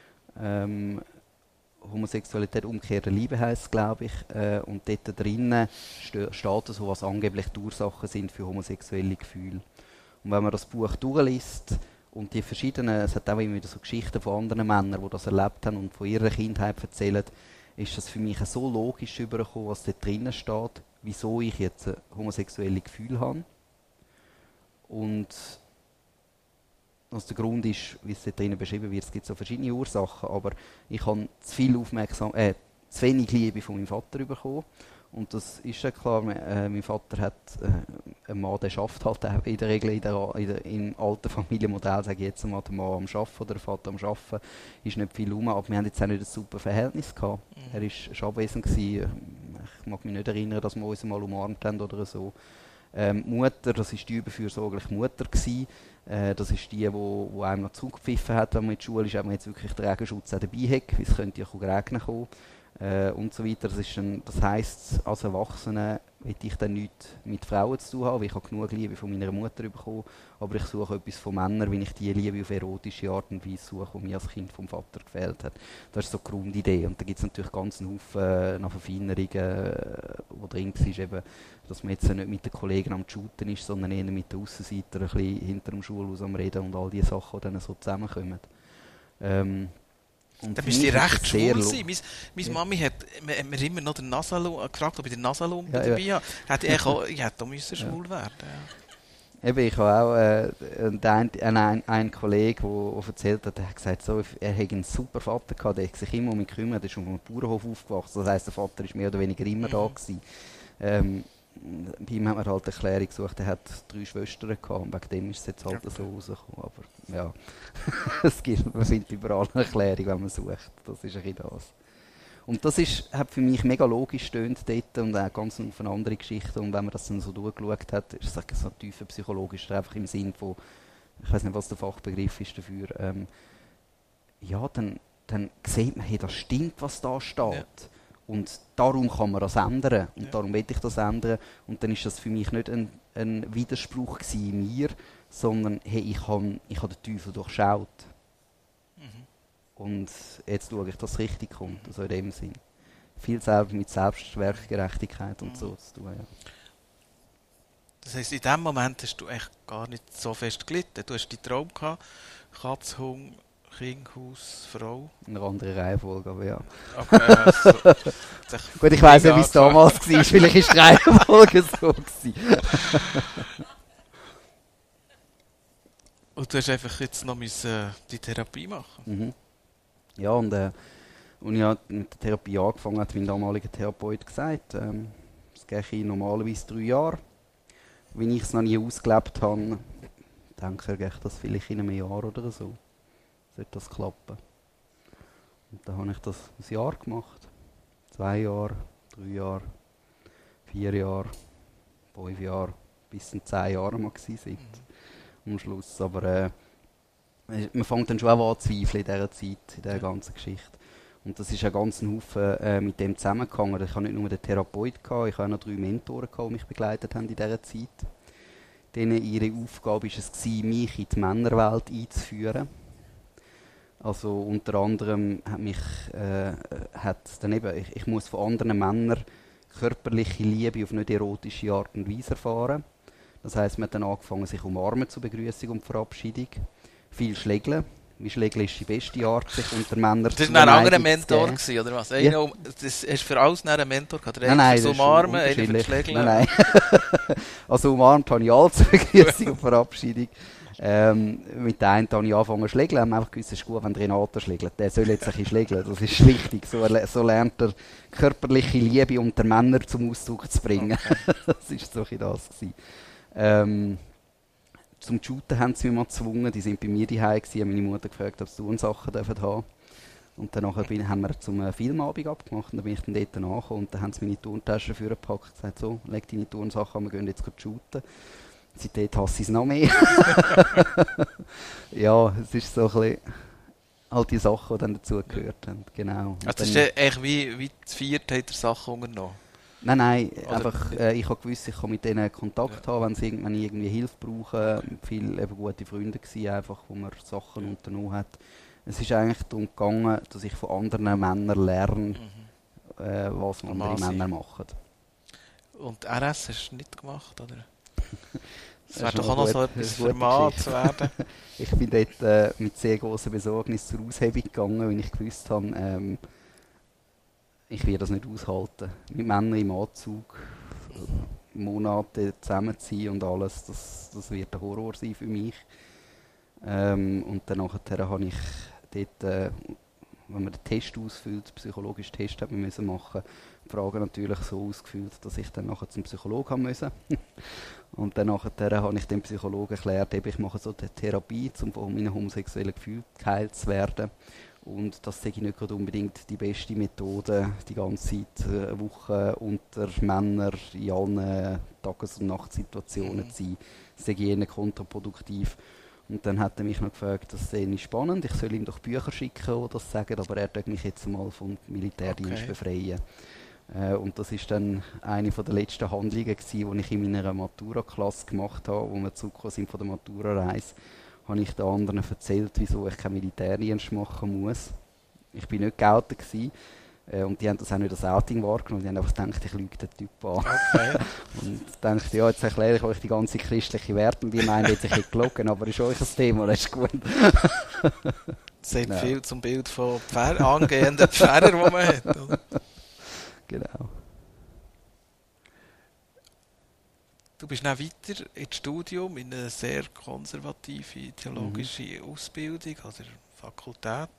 Homosexualität, umgekehrte Liebe heisst es, glaube ich. Und dort drinnen steht so, was angeblich die Ursachen sind für homosexuelle Gefühle. Und wenn man das Buch durchliest und die verschiedenen, es hat auch immer wieder so Geschichten von anderen Männern, die das erlebt haben und von ihrer Kindheit erzählen, ist das für mich so logisch übergekommen, was dort drinnen steht, wieso ich jetzt homosexuelle Gefühle habe. Und was der Grund ist, wie es dort drinnen beschrieben wird, es gibt so verschiedene Ursachen, aber ich habe zu wenig Liebe von meinem Vater bekommen. Und das ist ja klar, mein Vater hat einen Mann, der schafft halt auch in der Regel im alten Familienmodell, sage ich jetzt mal, der Mann am Arbeiten oder der Vater am Arbeiten, ist nicht viel rum, aber wir haben jetzt auch nicht ein super Verhältnis gehabt. Er war abwesend gewesen. Ich mag mich nicht erinnern, dass wir uns mal umarmt haben oder so. Mutter, das war die überfürsorgliche Mutter gewesen. Das ist die einem noch zugepfiffen hat, wenn man in der Schule ist, ob man jetzt wirklich den Regenschutz auch dabei hat, weil es könnte ja regnen kommen. Und so weiter. Das heisst, als Erwachsener will ich dann nichts mit Frauen zu tun haben, weil ich habe genug Liebe von meiner Mutter bekommen, aber ich suche etwas von Männern, wenn ich die Liebe auf erotische Art und Weise suche, die mir als Kind vom Vater gefehlt hat. Das ist so die Grundidee. Und da gibt es natürlich ganz einen Haufen nach Verfeinerungen, die drin war, eben, dass man jetzt nicht mit den Kollegen am Shooten ist, sondern eher mit den Aussenseitern ein bisschen hinter dem Schulhaus am Reden und all diese Sachen, die dann so zusammenkommen. Dann bist du recht schwul sein. Meine Mami hat mir immer noch den Nasalum gefragt, ob ich den Nasalum dabei habe. Hätte ich auch schwul werden. Ja. Eben, ich habe auch einen Kollegen, der erzählt hat, der hat gesagt, so, er hätte einen super Vater gehabt, der hat sich immer um mich gekümmert, der ist auf einem Bauernhof aufgewachsen. Das heisst, der Vater war mehr oder weniger immer da gewesen. Bei ihm hat man halt eine Erklärung gesucht, er hat 3 Schwestern gehabt und wegen dem ist es jetzt halt so rausgekommen. Aber ja, man findet überall eine Erklärung, wenn man sucht. Das ist ein bisschen das. Und das hat für mich mega logisch gestöhnt dort und auch ganz viele andere Geschichten. Und wenn man das dann so durchgeschaut hat, ist es so tiefer psychologisch, einfach im Sinn von, ich weiß nicht, was der Fachbegriff ist dafür, ja, dann sieht man, hey, das stimmt, was da steht. Ja. Und darum kann man das ändern. Und darum will ich das ändern. Und dann ist das für mich nicht ein Widerspruch in mir, sondern hey, ich habe den Teufel durchschaut. Und jetzt schaue ich, dass es richtig kommt. Also in dem Sinn. Viel mit Selbstwerkgerechtigkeit und so zu tun. Ja. Das heisst, in dem Moment hast du echt gar nicht so fest gelitten. Du hast die Traum gehabt, Katzhung, Kind, Haus, Frau? In einer anderen Reihenfolge, aber ja. Okay, also, Gut, ich weiss nicht, wie es damals war. Vielleicht war die Reihenfolge so gewesen. Und du hast einfach jetzt noch die Therapie machen. Mhm. Ja, und als ich mit der Therapie angefangen habe, hat mein damaliger Therapeut gesagt, es gehe normalerweise 3 Jahre. Wenn ich es noch nie ausgelebt habe, denke ich, das vielleicht in einem Jahr oder so. Sollte das klappen. Und dann habe ich das ein Jahr gemacht. 2 Jahre, 3 Jahre, 4 Jahre, 5 Jahre, bis in 10 Jahre mal gewesen am Schluss. Aber man fängt dann schon auch an zu zweifeln in dieser Zeit, in dieser ganzen Geschichte. Und das ist ein ganzer Haufen mit dem zusammengehangen. Ich hatte nicht nur den Therapeut, ich hatte auch noch 3 Mentoren, die mich begleitet haben in dieser Zeit. Denen ihre Aufgabe war es, mich in die Männerwelt einzuführen. Also unter anderem ich muss von anderen Männern körperliche Liebe auf nicht erotische Art und Weise erfahren. Das heisst, man hat dann angefangen, sich umarmen zur Begrüßung und Verabschiedung. Viel Schlägeln. Wie Schlägeln ist die beste Art, sich unter Männern zu Das war ein anderer Mentor, oder was? Ja. Das hast für alles einen Mentor gehabt? Nein, für das Umarmen, einen für das Schlägeln? Nein. Also umarmt habe ich alle zur Begrüßung und Verabschiedung. Mit der einen habe ich angefangen zu schlägeln, haben einfach gewusst, es ist gut, wenn Renato schlägelt. Der soll jetzt ein bisschen schlägeln, das ist wichtig. So lernt er körperliche Liebe unter Männern zum Ausdruck zu bringen. Okay. Das war so ein das gewesen. Zum Shooten haben sie mich mal gezwungen, die sind bei mir daheim gewesen, haben meine Mutter gefragt, ob sie Turnsachen haben dürfen. Und dann haben wir zum Filmabend abgemacht und dann bin ich dann dort angekommen und dann haben sie meine Turntasche vorgepackt und gesagt, so, leg deine Turnsachen an, wir gehen jetzt shooten. Seitdem hasse ich es noch mehr. Ja, es ist so ein bisschen all die Sachen, die dann dazugehört haben. Genau. Also das ist ja echt wie zu viert hat er Sachen unternommen? Nein, einfach, ich habe gewusst, ich kann mit denen Kontakt haben, wenn ich irgendwie Hilfe brauche. Viele eben gute Freunde gewesen, einfach, wo man Sachen unternommen hat. Es ist eigentlich darum gegangen, dass ich von anderen Männern lerne, was andere Männer machen. Und RS hast du nicht gemacht, oder? Das wäre doch auch noch so etwas für Mann zu werden. Ich bin dort mit sehr grosser Besorgnis zur Aushebung gegangen, weil ich gewusst habe, ich werde das nicht aushalten. Mit Männern im Anzug Monate zusammen sein und alles, das wird ein Horror sein für mich. Und dann nachher habe ich dort, wenn man den Test ausfüllt, den psychologischen Test hat man müssen machen, die Frage natürlich so ausgefüllt, dass ich dann nachher zum Psychologen haben musste. Und dann nachher habe ich dem Psychologen erklärt, ich mache so eine Therapie, um von meinen homosexuellen Gefühlen geheilt zu werden. Und das sehe ich nicht gerade unbedingt die beste Methode, die ganze Zeit eine Woche unter Männern in allen Tages- und Nachtsituationen zu sein. Das sehe ich eher kontraproduktiv. Und dann hat er mich noch gefragt, das sehe ich spannend, ich soll ihm doch Bücher schicken, die das sagen, aber er tut mich jetzt mal vom Militärdienst befreien. Und das war dann eine der letzten Handlungen gewesen, die ich in meiner Matura-Klasse gemacht habe, wo wir zurückgekommen sind von der Matura-Reise. Habe ich den anderen erzählt, wieso ich keinen Militärdienst machen muss. Ich war nicht geoutet gewesen, und die haben das auch nicht als Outing wahrgenommen. Die haben einfach gedacht, ich lüge den Typ an. Okay. Und dachte, ja, jetzt erkläre ich euch die ganze christliche Werte und die meinen jetzt, ich hätte gelogen, aber ist euch ein Thema, das ist gut. Das sagt viel zum Bild von angehenden Pfarrern, die man hat. Oder? Genau. Du bist dann weiter ins Studium in eine sehr konservative theologische Ausbildung oder Fakultät.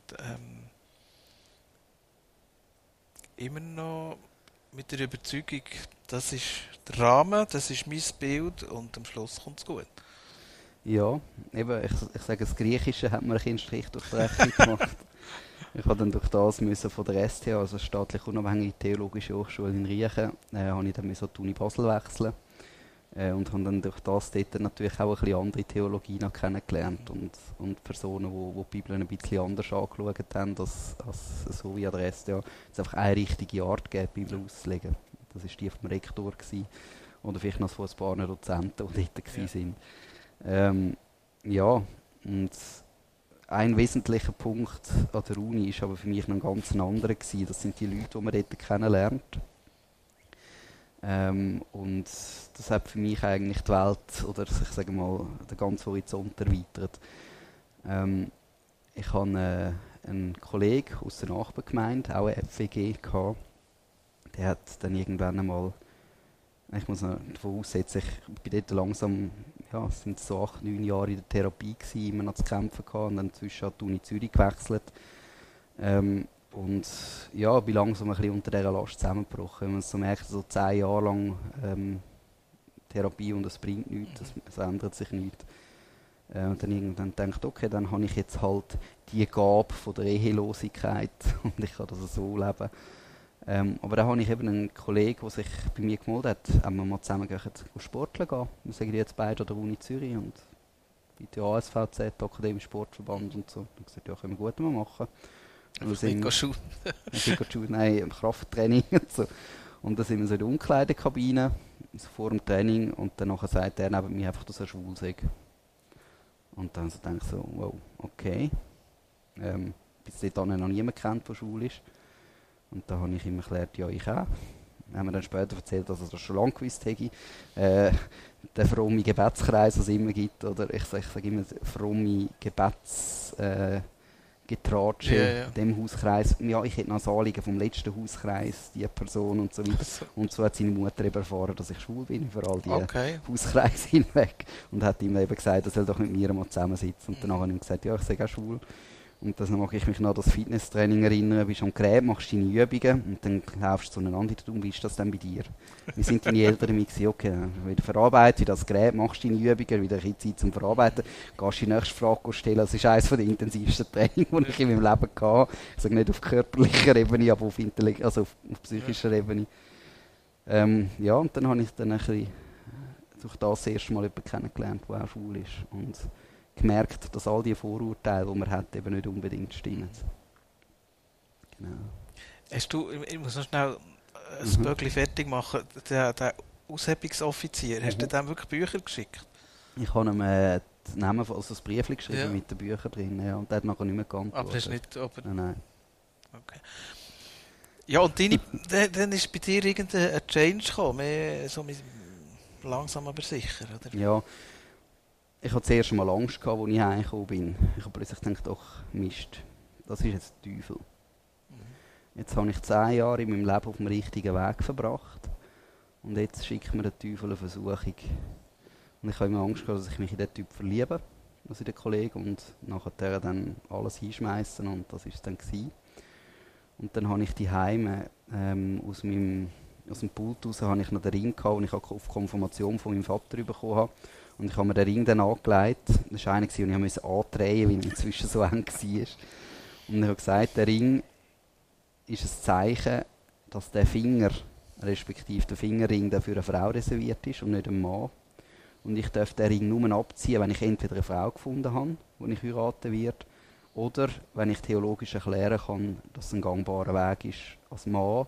Immer noch mit der Überzeugung, das ist der Rahmen, das ist mein Bild und am Schluss kommt es gut. Ja, eben, ich sage, das Griechische hat mir einen Strich durch die Rechnung gemacht. Ich habe dann durch das müssen von der STH, also staatlich unabhängige Theologische Hochschule in Riechen, habe ich dann an die Uni Basel wechseln. Und habe dann durch das dort natürlich auch ein bisschen andere Theologie noch kennengelernt und Personen, die die Bibel ein bisschen anders angeschaut haben, als so wie an der STH. Es einfach eine richtige Art gegeben, die Bibel auszulegen. Das war die vom Rektor gewesen, oder vielleicht noch von ein paar Dozenten, die dort waren. Ja, und ein wesentlicher Punkt an der Uni war aber für mich noch ein ganz anderer gewesen. Das sind die Leute, die man dort kennenlernt. Und das hat für mich eigentlich die Welt, oder ich sage mal, den ganzen Horizont erweitert. Ich hatte einen Kollegen aus der Nachbargemeinde, auch ein FWG, gehabt. Der hat dann irgendwann einmal, ich muss noch davon aussetzen, ich bin dort langsam, ja, es sind so 8, 9 Jahre in der Therapie gewesen, immer noch zu kämpfen gehabt und dann inzwischen an die Uni Zürich gewechselt. Und ja, bin langsam ein bisschen unter dieser Last zusammengebrochen. Wenn man so merkt, so 10 Jahre lang Therapie und es bringt nichts, es ändert sich nichts. Und dann irgendwann denkt, okay, dann habe ich jetzt halt die Gabe von der Ehelosigkeit und ich kann das so leben. Aber dann habe ich eben einen Kollegen, der sich bei mir gemeldet hat, ob wir mal zusammen sporteln gehen. Wir sagen jetzt beide an der Uni Zürich und bei der ASVZ, Akademischer Sportverband und so. Und gesagt, ja, können wir gut mal machen. Nein, Krafttraining und so. Und dann sind wir so in der Umkleidekabine, so vor dem Training, und dann sagt er neben mir einfach, dass er schwul sei. Und dann denke ich so, wow, okay. Bis dahin noch niemand kennt, der schwul ist. Und da habe ich ihm erklärt, ja, ich auch. Dann haben wir dann später erzählt, dass er das schon lange gewusst hätte. Der fromme Gebetskreis, den es immer gibt, oder ich sage immer fromme Gebetsgetratsche in dem Hauskreis. Ja, ich hätte noch ein Anliegen vom letzten Hauskreis, die Person und so weiter. Und so hat seine Mutter eben erfahren, dass ich schwul bin, über all die Hauskreise hinweg. Und hat ihm eben gesagt, er soll doch mit mir mal zusammensitzen. Und danach habe ich ihm gesagt, ja, ich sage auch schwul. Und dann mag ich mich noch an das Fitnesstraining erinnern. Du bist am Gerät, machst deine Übungen und dann laufst du zueinander. Wie ist das denn bei dir? Wie sind deine Eltern damit gewesen? Okay, wieder verarbeiten, das Gerät, machst deine Übungen, wieder ein bisschen Zeit zum Verarbeiten, gehst die nächste Frage stellen. Das ist eines der intensivsten Trainings, die ich in meinem Leben hatte. Ich sage nicht auf körperlicher Ebene, aber auf psychischer Ebene. Ja, und dann habe ich dann ein bisschen durch das erste Mal jemanden kennengelernt, der auch schwul ist. Und gemerkt, dass all die Vorurteile, die man hat, eben nicht unbedingt stimmen. Genau. Hast du, ich muss noch schnell ein Böckchen fertig machen, der Aushebungsoffizier, hast du dem wirklich Bücher geschickt? Ich habe ihm Namen, also ein Briefchen geschrieben mit den Büchern drin, ja, und der hat nachher nicht mehr geantwortet. Aber das ist nicht... Nein. Okay. Ja, und dann ist bei dir irgendein Change gekommen, mehr so langsam aber sicher, oder? Ja. Ich hatte zuerst mal Angst, als ich heimgekommen bin. Ich habe plötzlich gedacht, doch, Mist, das ist jetzt der Teufel. Jetzt habe ich 10 Jahre in meinem Leben auf dem richtigen Weg verbracht. Und jetzt schickt mir der Teufel eine Versuchung. Und ich habe immer Angst gehabt, dass ich mich in diesen Typ verliebe, also in den Kollegen, und nachher dann alles hinschmeißen. Und das war es dann gewesen. Und dann habe ich die Heime aus dem Pult raus habe ich noch den Ring gehabt, den ich auf Konfirmation von meinem Vater bekommen habe. Und ich habe mir den Ring dann angelegt. Das war einer, den ich musste andrehen, weil er inzwischen so eng war. Und ich habe gesagt, der Ring ist ein Zeichen, dass der Finger, respektive der Fingerring, der für eine Frau reserviert ist und nicht ein Mann. Und ich darf den Ring nur abziehen, wenn ich entweder eine Frau gefunden habe, die ich heiraten werde, oder wenn ich theologisch erklären kann, dass es ein gangbarer Weg ist, als Mann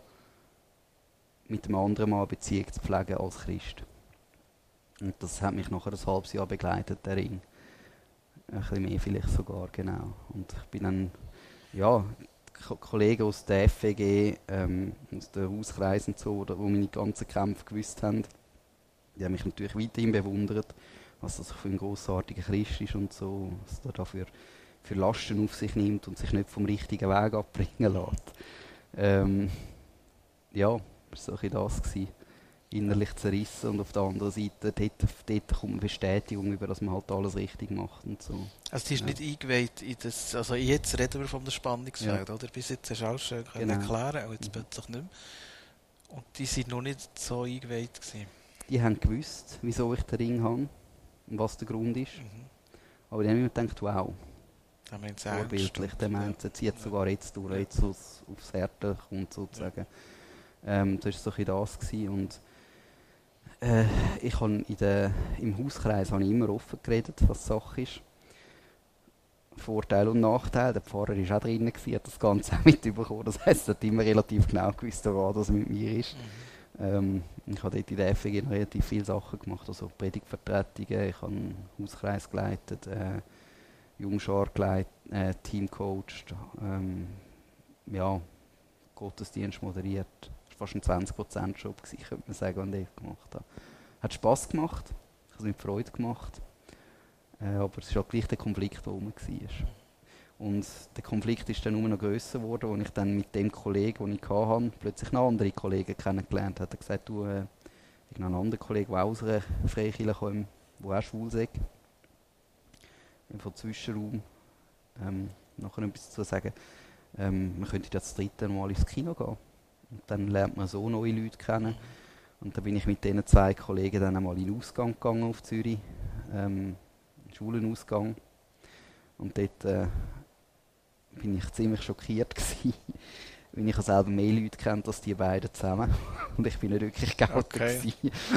mit einem anderen Mann eine Beziehung zu pflegen als Christ. Und das hat mich nachher ein halbes Jahr begleitet, der Ring. Ein bisschen mehr vielleicht sogar, genau. Und ich bin dann, ja, Kollegen aus der FWG, aus den Hauskreisen und so, die meine ganzen Kämpfe gewusst haben, die haben mich natürlich weiterhin bewundert, was das für ein grossartiger Christ ist und so, was er da für Lasten auf sich nimmt und sich nicht vom richtigen Weg abbringen lässt. Ja, das war so das gewesen. Innerlich zerrissen, und auf der anderen Seite dort kommt Bestätigung über, dass man halt alles richtig macht und so. Also die ist nicht eingeweiht in das, also jetzt reden wir von dem Spannungsfeld, oder? Bis jetzt hast du alles schön erklären, auch jetzt plötzlich nicht mehr. Und die sind noch nicht so eingeweiht gewesen. Die haben gewusst, wieso ich den Ring habe und was der Grund ist. Aber die haben immer gedacht, wow, vorbildlich, der Mensch zieht sogar jetzt durch, jetzt aufs Härte kommt sozusagen. Das war so ein das gewesen. Und ich habe im Hauskreis habe ich immer offen geredet, was Sache ist. Vorteil und Nachteil. Der Pfarrer war auch drin, hat das Ganze auch mitbekommen. Das heisst, er hat immer relativ genau gewusst, was mit mir ist. Ich habe dort in der FWG relativ viele Sachen gemacht, also Predigtvertretungen, ich habe einen Hauskreis geleitet, Jungschar geleitet, Team gecoacht, Gottesdienst moderiert. Fast ein 20%-Job gewesen, könnte man sagen, den ich gemacht habe. Hat Spass gemacht, ich habe es mit Freude gemacht, aber es ist auch gleich der Konflikt, der rum war. Und der Konflikt ist dann nur noch grösser geworden, als ich dann mit dem Kollegen, den ich hatte, plötzlich noch andere Kollegen kennengelernt habe. Er hat gesagt, du, ich habe einen anderen Kollegen, der auch aus einer Freikirche kommt, der auch schwul ist. Von Zwischenraum. Nachher etwas dazu sagen. Man könnte das dritte Mal ins Kino gehen. Und dann lernt man so neue Leute kennen. Und dann bin ich mit diesen 2 Kollegen dann einmal in den Ausgang gegangen auf Zürich. Einen Schulenausgang. Und dort bin ich ziemlich schockiert gewesen, weil ich selber mehr Leute kennt als die beiden zusammen. Und ich bin nicht wirklich geoutet gewesen.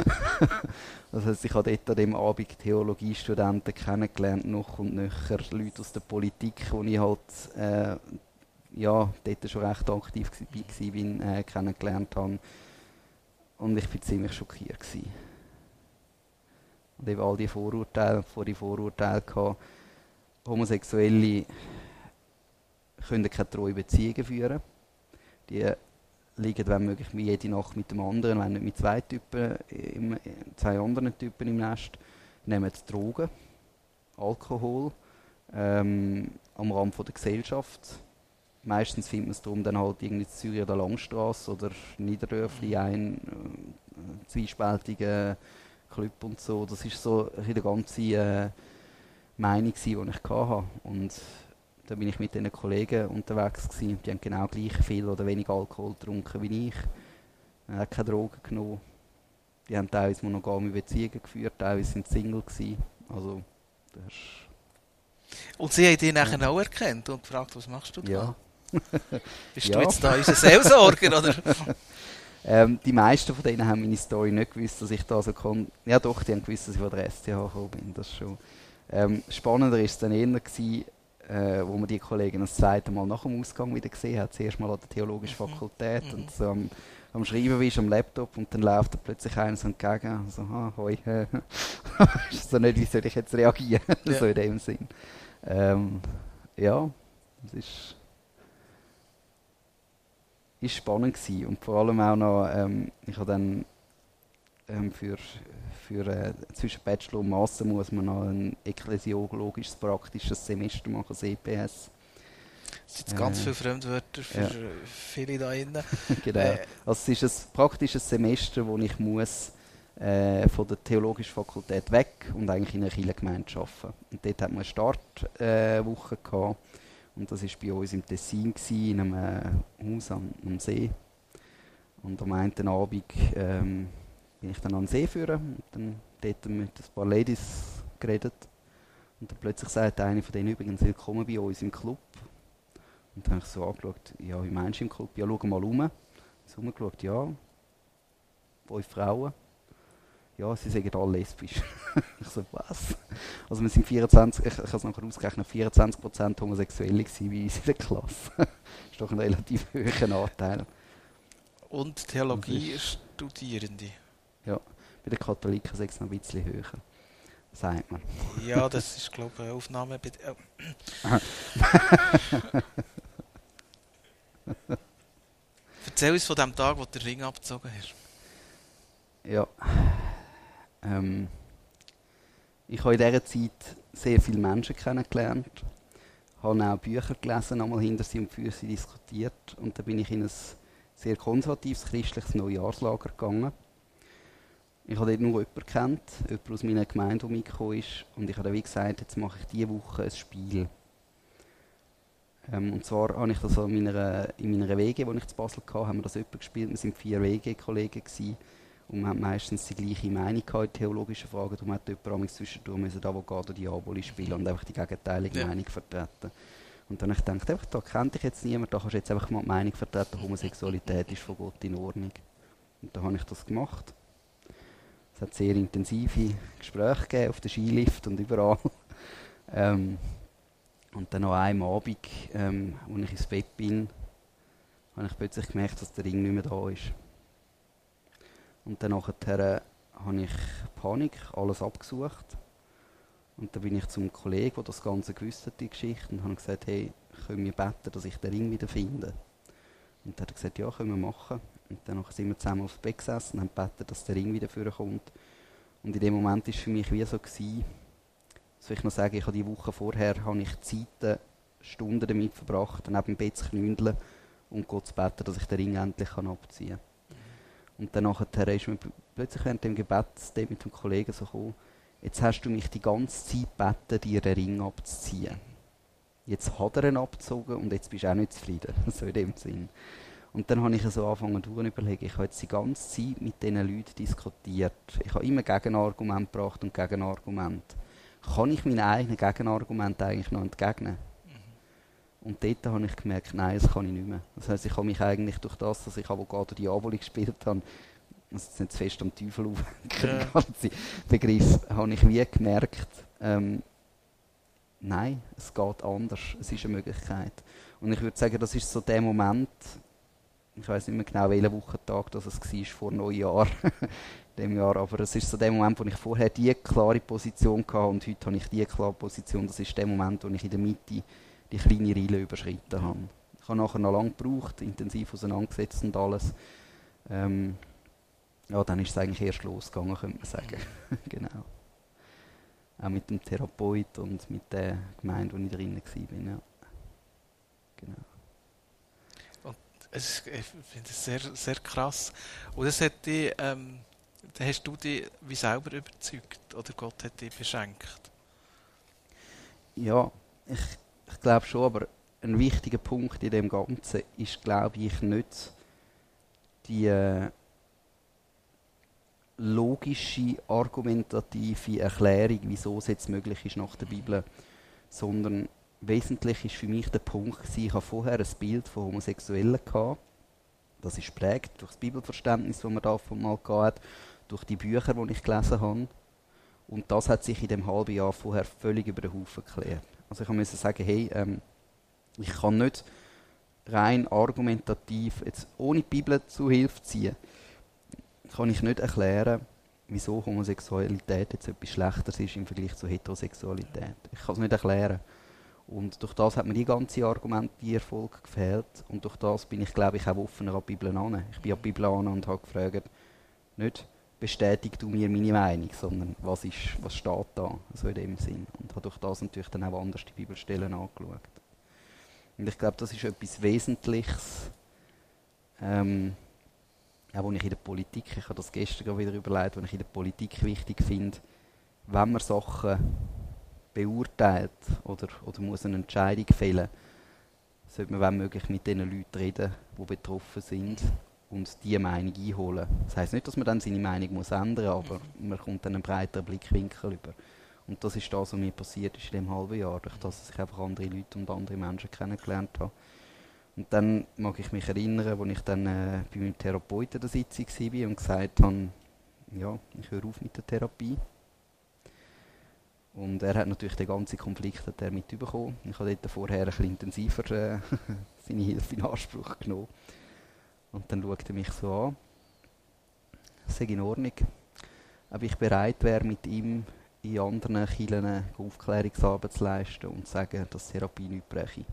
Das heisst, ich habe dort an dem Abend Theologiestudenten kennengelernt, noch und nöcher Leute aus der Politik, wo ich halt dort schon recht aktiv war, kennengelernt habe. Und ich war ziemlich schockiert gewesen. Und eben all die Vorurteile gehabt. Homosexuelle können keine treue Beziehungen führen. Die liegen, wenn möglich, jede Nacht mit dem anderen, wenn nicht mit 2 anderen Typen im Nest. Nehmen Drogen, Alkohol, am Rand der Gesellschaft. Meistens findet man es darum dann halt irgendwie in Zürich an der Langstrasse oder Niederdörfli ein zwiespältigen Club und so. Das ist so die ganze Meinung, die ich hatte. Und da bin ich mit diesen Kollegen unterwegs gewesen. Die haben genau gleich viel oder wenig Alkohol getrunken wie ich. Haben keine Drogen genommen. Die haben teilweise monogame Beziehungen geführt, teilweise sind Single gewesen. Also, das ist und sie haben dich nachher auch erkannt und gefragt, was machst du da? Ja. Bist du jetzt da unser Seelsorger, oder? Die meisten von denen haben meine Story nicht gewusst, dass ich da so komme. Ja doch, die haben gewusst, dass ich von der SCH gekommen bin, das schon. Spannender war es dann eher gewesen, wo man die Kollegen das zweite Mal nach dem Ausgang wieder gesehen hat. Zuerst mal an der Theologischen Fakultät und so am Schreiben bist, am Laptop und dann läuft da plötzlich einer so entgegen. So, hoi. Ist so nicht, wie soll ich jetzt reagieren? Ja. So in dem Sinn. Ja, das ist spannend gewesen. Und vor allem auch noch, ich habe dann für zwischen Bachelor und Master muss man noch ein ekklesiologisches praktisches Semester machen, das EPS. Das sind jetzt ganz viele Fremdwörter für viele da drinnen. Genau. Also es ist ein praktisches Semester, wo ich muss von der Theologischen Fakultät weg und eigentlich in einer Kirchengemeinde arbeiten. Und dort hatten wir eine Startwoche gehabt. Und das war bei uns im Tessin, in einem Haus am See. Und am einen Abend bin ich dann an den See gefahren und dann dort mit ein paar Ladies geredet. Und dann plötzlich sagt eine von denen übrigens, willkommen bei uns im Club. Und dann habe ich so angeschaut, ja, wie meinst du im Club? Ja, schau mal rum. Ich habe rumgeschaut, ja, 5 Frauen. Ja, sie sagen alle lesbisch. Ich so, was? Also wir sind 24, ich habe es nachher ausgerechnet, 24% Homosexuelle gewesen bei uns in der Klasse. Das ist doch ein relativ hoher Anteil. Und Theologie-Studierende. Ja, bei den Katholiken ist es noch ein bisschen höher, sagt man. Ja, das ist, glaube ich, eine Aufnahme. Erzähl uns von dem Tag, wo du den Ring abgezogen hast. Ja. Ich habe in dieser Zeit sehr viele Menschen kennengelernt. Habe auch Bücher gelesen, einmal hinter sie und für sie diskutiert. Und dann bin ich in ein sehr konservatives christliches Neujahrslager gegangen. Ich habe dort nur jemanden kennt, jemanden aus meiner Gemeinde, der mitgekommen ist. Und ich habe dann wie gesagt, jetzt mache ich diese Woche ein Spiel. Und zwar habe ich das in meiner WG, die ich zu Basel hatte, haben wir das jemanden gespielt. Wir waren 4 WG-Kollegen und wir hatten meistens die gleiche Meinung in theologischen Fragen. Darum hat jemand zwischendurch müssen Avocado Diaboli spielen und einfach die gegenteilige Meinung vertreten. Und dann habe ich gedacht, einfach, da kennt dich jetzt niemand, da kannst du jetzt einfach mal die Meinung vertreten, Homosexualität ist von Gott in Ordnung. Und dann habe ich das gemacht. Es hat sehr intensive Gespräche gegeben auf dem Skilift und überall. Und dann noch einem Abend, als ich ins Bett bin, habe ich plötzlich gemerkt, dass der Ring nicht mehr da ist. Und dann nachher habe ich Panik, alles abgesucht. Und dann bin ich zum Kollegen, der das Ganze gewusst hat, die Geschichte, und habe gesagt, hey, können wir beten, dass ich den Ring wieder finde? Und dann hat er gesagt, ja, können wir machen. Und dann sind wir zusammen aufs Bett gesessen und haben gebeten, dass der Ring wieder vorkommt. Und in dem Moment war es für mich wie so gewesen, soll ich noch sagen, ich habe die Woche vorher habe ich Zeiten Stunden damit verbracht, neben dem Bett zu knündeln und Gott zu beten, dass ich den Ring endlich abziehen kann. Und dann nachher ist mir plötzlich während dem Gebet mit dem Kollegen so gekommen, jetzt hast du mich die ganze Zeit gebeten, dir den Ring abzuziehen. Jetzt hat er ihn abgezogen und jetzt bist du auch nicht zufrieden. So in dem Sinn. Und dann habe ich so angefangen zu überlegen, ich habe jetzt die ganze Zeit mit diesen Leuten diskutiert. Ich habe immer Gegenargumente gebracht und Gegenargumente. Kann ich meinen eigenen Gegenargumenten eigentlich noch entgegnen? Und dort habe ich gemerkt, nein, das kann ich nicht mehr. Das heisst, ich habe mich eigentlich durch das, dass ich Avocado Diaboli gespielt habe, das ist nicht zu fest am Teufel aufhängen, der ganze Begriff, habe ich wie gemerkt, nein, es geht anders, es ist eine Möglichkeit. Und ich würde sagen, das ist so der Moment, ich weiß nicht mehr genau, welcher Wochentag das war vor Neujahr, dem Jahr, aber es ist so der Moment, wo ich vorher die klare Position hatte und heute habe ich die klare Position. Das ist der Moment, wo ich in der Mitte die kleine Reile überschritten habe. Ich habe nachher noch lange gebraucht, intensiv auseinandergesetzt und alles. Ja, dann ist es eigentlich erst losgegangen, könnte man sagen. Genau. Auch mit dem Therapeut und mit der Gemeinde, wo ich drinnen war. Ja. Genau. Und ich finde es sehr, sehr krass. Und das hat dich, hast du dich wie selber überzeugt oder Gott hat dich beschenkt? Ja, ich glaube schon, aber ein wichtiger Punkt in dem Ganzen ist, glaube ich, nicht die logische, argumentative Erklärung, wieso es jetzt möglich ist nach der Bibel, sondern wesentlich ist für mich der Punkt gewesen, ich hatte vorher ein Bild von Homosexuellen gehabt. Das ist geprägt durch das Bibelverständnis, das man davon mal hatte, durch die Bücher, die ich gelesen habe. Und das hat sich in dem halben Jahr vorher völlig über den Haufen geklärt. Also ich musste sagen, hey, ich kann nicht rein argumentativ, jetzt ohne die Bibel zu Hilfe ziehen, kann ich nicht erklären, wieso Homosexualität jetzt etwas Schlechteres ist im Vergleich zu Heterosexualität. Ich kann es nicht erklären. Und durch das hat mir die ganze Argumentierfolge gefehlt. Und durch das bin ich, glaube ich, auch offener an die Bibel an. Ich bin an die Bibel an und habe gefragt, nicht bestätigt du mir meine Meinung, sondern was steht da, so in dem Sinn. Und habe durch das natürlich dann auch anders die Bibelstellen angeschaut. Und ich glaube, das ist etwas Wesentliches, auch wenn ich in der Politik, ich habe das gestern gerade wieder überlegt, wenn ich in der Politik wichtig finde, wenn man Sachen beurteilt oder muss eine Entscheidung fällen, sollte man wenn möglich mit den Leuten reden, die betroffen sind und diese Meinung einholen. Das heisst nicht, dass man dann seine Meinung muss ändern muss, aber man kommt dann einen breiteren Blickwinkel über. Und das ist das, was mir passiert ist in diesem halben Jahr, durch das, dass ich einfach andere Leute und andere Menschen kennengelernt habe. Und dann mag ich mich erinnern, als ich dann bei meinem Therapeuten in der Sitzung war und gesagt habe, ja, ich höre auf mit der Therapie. Und er hat natürlich den ganzen Konflikt mitbekommen. Ich habe dort vorher ein bisschen intensiver seine Hilfe in Anspruch genommen. Und dann schaute er mich so an. Es sei in Ordnung, ob ich bereit wäre, mit ihm in anderen Kirchen Aufklärungsarbeit zu leisten und zu sagen, dass Therapie nicht breche.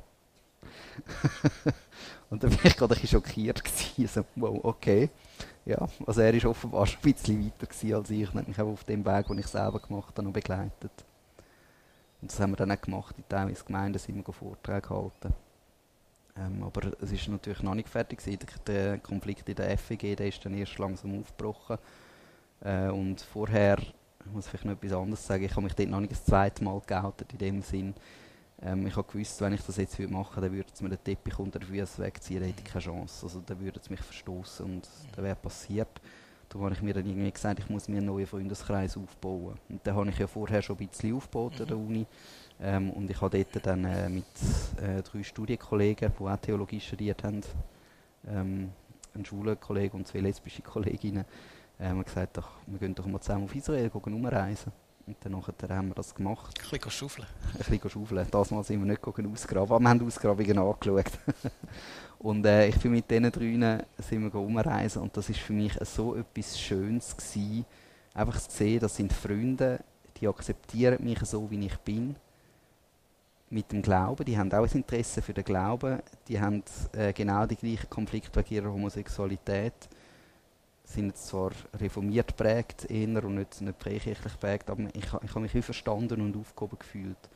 Und dann war ich gerade ein bisschen schockiert. So, wow, okay. Ja, also er war offenbar schon ein bisschen weiter als ich. Er hat mich auch auf dem Weg, den ich selber gemacht habe, noch begleitet. Und das haben wir dann auch gemacht. In teilweise Gemeinden sind wir Vorträge gehalten. Aber es war natürlich noch nicht fertig gewesen. Der Konflikt in der FEG, der ist dann erst langsam aufgebrochen. Und vorher, ich muss vielleicht noch etwas anderes sagen, ich habe mich dort noch nicht das zweite Mal geoutet in dem Sinn. Ich habe gewusst, wenn ich das jetzt machen würde, dann würde es mir den Teppich unter den Füßen wegziehen, dann hätte ich keine Chance. Also dann würde es mich verstoßen und dann wäre passiert. Darum habe ich mir dann irgendwie gesagt, ich muss mir einen neuen Freundeskreis aufbauen. Und den habe ich ja vorher schon ein bisschen aufgebaut an der Uni. Und ich habe dort dann mit 3 Studienkollegen, die auch Theologie studiert haben, einen schwulen Kollegen und 2 lesbische Kolleginnen, gesagt, ach, wir gehen doch mal zusammen auf Israel, gehen umreisen. Und dann haben wir das gemacht. Ein bisschen schaufeln. Ein bisschen schaufeln. Das Mal sind wir nicht ausgraben, aber wir haben Ausgrabungen angeschaut. Und ich bin mit diesen 3 sind wir umreisen und das war für mich so etwas Schönes gewesen, einfach zu sehen, das sind Freunde, die akzeptieren mich so, wie ich bin. Mit dem Glauben, die haben auch ein Interesse für den Glauben, die haben genau die gleichen Konflikte wegen ihrer Homosexualität, sind jetzt zwar reformiert geprägt eher und nicht freikirchlich geprägt, aber ich habe mich wie verstanden und aufgehoben gefühlt.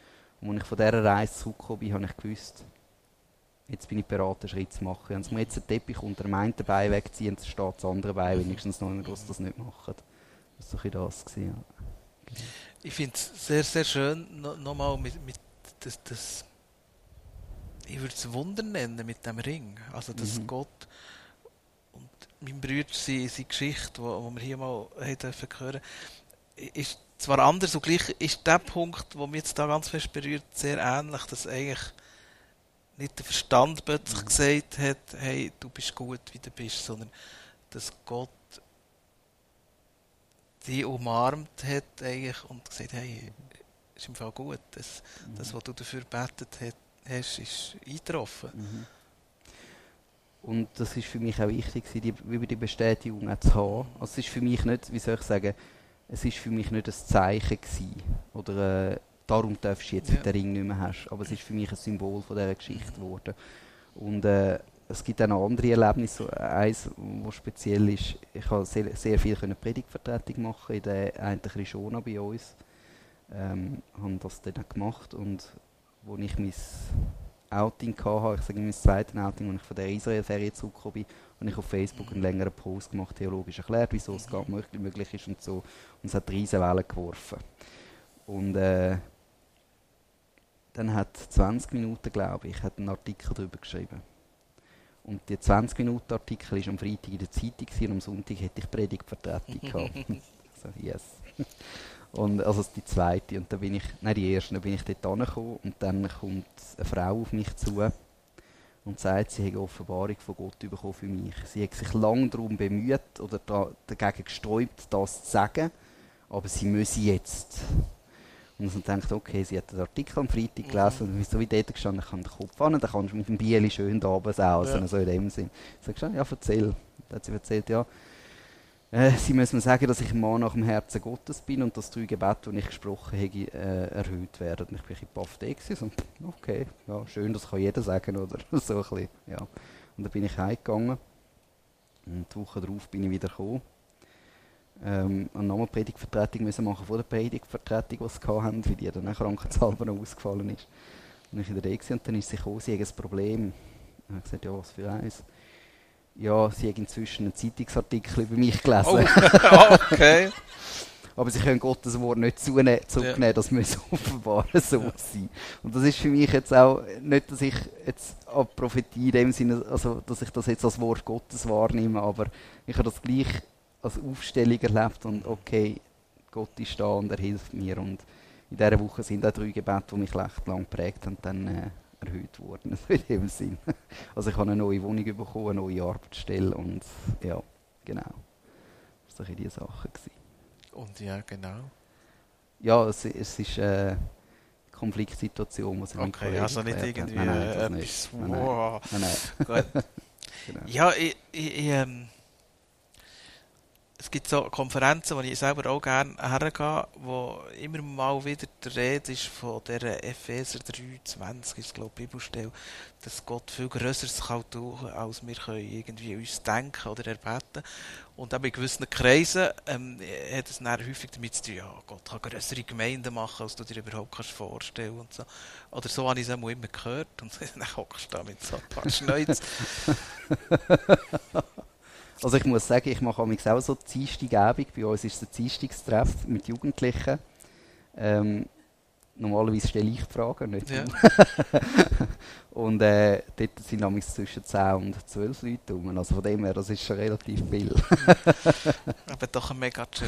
Und als ich von dieser Reise zurückgekommen bin, habe ich gewusst, jetzt bin ich bereit, einen Schritt zu machen. Wenn sie mir jetzt einen Teppich unter dem einen Bein wegziehen, dann steht das andere Bein wenigstens noch nicht, dass sie das nicht machen. Das war so das. Ja. Ich finde es sehr, sehr schön, nochmal mit das ich würde es Wunder nennen mit dem Ring. Also, dass Gott und mein Bruder, seine Geschichte, die wir hier mal hören dürfen, ist zwar anders und gleich ist der Punkt, der mich jetzt da ganz fest berührt, sehr ähnlich, dass eigentlich nicht der Verstand plötzlich gesagt hat, hey, du bist gut, wie du bist, sondern dass Gott dich umarmt hat eigentlich und gesagt, hey, ist im Fall gut, das was du dafür gebetet hast, ist eingetroffen. Und das ist für mich auch wichtig, die Bestätigung auch zu haben. Also es ist für mich nicht, wie soll ich sagen, es ist für mich nicht ein Zeichen gewesen, oder darum darfst du jetzt den Ring nicht mehr haben, aber es ist für mich ein Symbol von dieser Geschichte geworden. Und es gibt auch noch andere Erlebnisse, eins, was speziell ist, ich habe sehr viel Predigtvertretung machen in der einen Krishona bei uns. Habe das dann auch gemacht und als ich mein Outing hatte, ich sage mein zweites Outing, als ich von der Israel-Ferie zurückgekommen bin, habe ich auf Facebook einen längeren Post gemacht, theologisch erklärt, wieso es gar möglich ist und so. Und es hat Riesenwellen geworfen. Und dann hat 20 Minuten, glaube ich, hat einen Artikel darüber geschrieben. Und der 20-Minuten-Artikel war am Freitag in der Zeitung und am Sonntag hätte ich Predigtvertretung gehabt. So, yes. Und also die zweite, und dann bin ich, nein die erste, dann bin ich dort angekommen und dann kommt eine Frau auf mich zu und sagt, sie hätte eine Offenbarung von Gott bekommen für mich. Sie hat sich lange darum bemüht oder dagegen gesträubt, das zu sagen, aber sie müsse jetzt. Und dann denkt, okay, sie hat den Artikel am Freitag gelesen und so wie dort gestanden, ich kann den Kopf an, dann kannst du mit dem Bieli schön da oben sausen, so in dem Sinn. Ich sage, ja, erzähl. Dann hat sie erzählt, ja, sie müssen mir sagen, dass ich ein Mann nach dem Herzen Gottes bin und dass 3 Gebete, die ich gesprochen habe, erhöht werden. Und ich bin ein bisschen baff da. Okay, ja, schön, das kann jeder sagen, oder? So ein bisschen, ja. Und dann bin ich heimgegangen. Und die Woche darauf bin ich wieder gekommen. Und nochmal Predigtvertretung müssen machen vor der Predigtvertretung, die sie hatten, weil die dann krankheitshalber noch ausgefallen ist. Und ich war wieder da und dann ist sie gekommen, sie hat ein Problem. Und ich habe gesagt, ja, was für eins? Ja, sie hat inzwischen einen Zeitungsartikel über mich gelesen. Oh, okay. Aber sie können Gottes Wort nicht zurücknehmen, das muss offenbar so sein. Und das ist für mich jetzt auch nicht, dass ich jetzt an Prophetie in dem Sinne, also dass ich das jetzt als Wort Gottes wahrnehme, aber ich habe das gleich als Aufstellung erlebt und okay, Gott ist da und er hilft mir. Und in dieser Woche sind auch 3 Gebete, die mich recht lang geprägt haben, dann erhöht worden, in dem Sinn. Also ich habe eine neue Wohnung bekommen, eine neue Arbeitsstelle und ja, genau. Das war diese Sache. Und ja, genau. Ja, es ist eine Konfliktsituation, die ich okay, also nicht irgendwie etwas... Wow. Nein. Genau. Ja, es gibt so Konferenzen, wo ich selber auch gerne hergehe, wo immer mal wieder die Rede ist von dieser Epheser 3,20, ist glaube ich Bibelstelle, dass Gott viel Größeres kann tun, als wir können irgendwie uns denken oder erbeten. Und auch in gewissen Kreisen hat es dann häufig damit zu tun, ja, Gott kann größere Gemeinden machen, als du dir überhaupt kannst vorstellen und so. Oder so habe ich es auch immer gehört und dann hockst du da mit so ein paar Schnäuzen. Also ich muss sagen, ich mache auch so Dienstagabend. Bei uns ist es ein Dienstagstreff mit Jugendlichen. Normalerweise stelle ich die Fragen, nicht du. Und dort sind nämlich zwischen 10 und 12 Leute rum. Also von dem her, das ist schon relativ viel. Aber doch ein mega schön.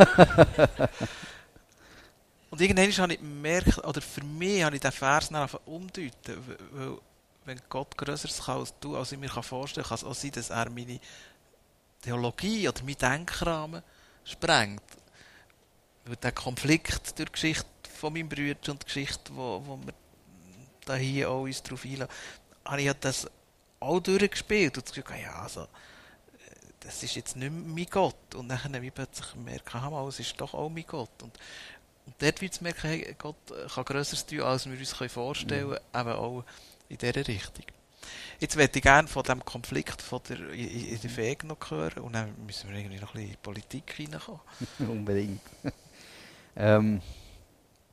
Und irgendwann habe ich gemerkt, oder für mich habe ich den Vers umdeuten, weil wenn Gott Größeres kann als du, als ich mir vorstellen kann, kann es auch sein, dass er meine Theologie oder meinen Denkrahmen sprengt. Weil der Konflikt durch die Geschichte von meinem Bruder und die Geschichte, wo wir da hier auch uns darauf einlassen, habe ich das auch durchgespielt und gesagt, ja, also, das ist jetzt nicht mehr mein Gott. Und dann habe ich plötzlich gemerkt, es ist doch auch mein Gott. Und dort wird es merken, hey, Gott kann Größeres tun, als wir uns vorstellen können, eben auch in dieser Richtung. Jetzt möchte ich gerne von diesem Konflikt in der Weg noch hören und dann müssen wir irgendwie noch ein bisschen in die Politik reinkommen. Unbedingt.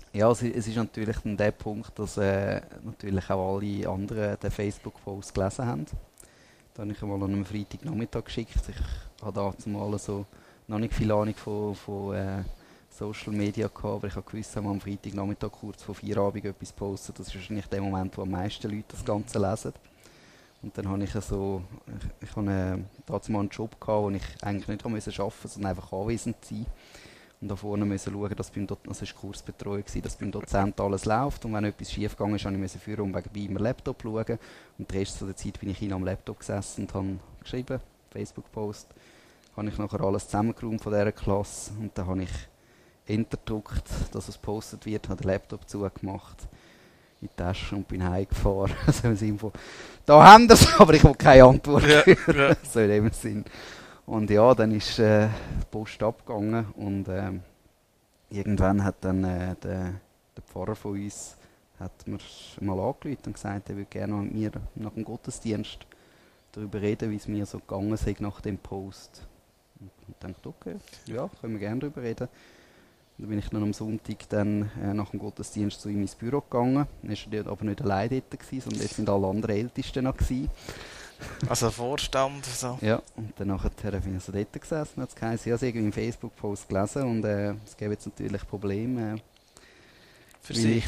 Ja, es ist natürlich dann der Punkt, dass natürlich auch alle anderen den Facebook-Post gelesen haben. Da habe ich einmal an einem Freitagnachmittag geschickt. Ich habe da zumal so noch nicht viel Ahnung von Social Media gehabt, aber ich habe gewusst, wenn man am Freitagnachmittag kurz vor Feierabend etwas postet, das ist wahrscheinlich der Moment, wo am meisten Leute das Ganze lesen. Und dann habe ich ich habe dazu mal einen Job gehabt, wo ich eigentlich nicht arbeiten musste, sondern einfach anwesend sein. Und da vorne müssen schauen, dass beim das war Kursbetreuung, dass beim Dozent alles läuft. Und wenn etwas schief gegangen ist, musste ich führen und wegen meinem Laptop schauen. Und den Rest der Zeit bin ich am Laptop gesessen und habe geschrieben, Facebook-Post. Habe ich nachher alles zusammengeräumt von dieser Klasse. Und dann habe ich Enter gedrückt, dass es gepostet wird, habe den Laptop zugemacht, in die Tasche und bin heimgefahren. Also im Sinne von, da haben wir es, aber ich will keine Antwort hören. Ja. So in dem Sinn. Und ja, dann ist die Post abgegangen und irgendwann hat dann der Pfarrer von uns hat mir mal angerufen und gesagt, er würde gerne mit mir nach dem Gottesdienst darüber reden, wie es mir so gegangen ist nach dem Post. Und ich dachte, okay, ja, können wir gerne darüber reden. Und dann bin ich dann am Sonntag dann, nach dem Gottesdienst zu ihm ins Büro gegangen. Er war aber nicht allein dort, sondern jetzt sind alle anderen Ältesten noch gewesen. Also Vorstand, so. Ja, und dann bin ich so dort gesessen und hat es geheißen, ich habe irgendwie im Facebook-Post gelesen und es gäbe jetzt natürlich Probleme. Für Sie?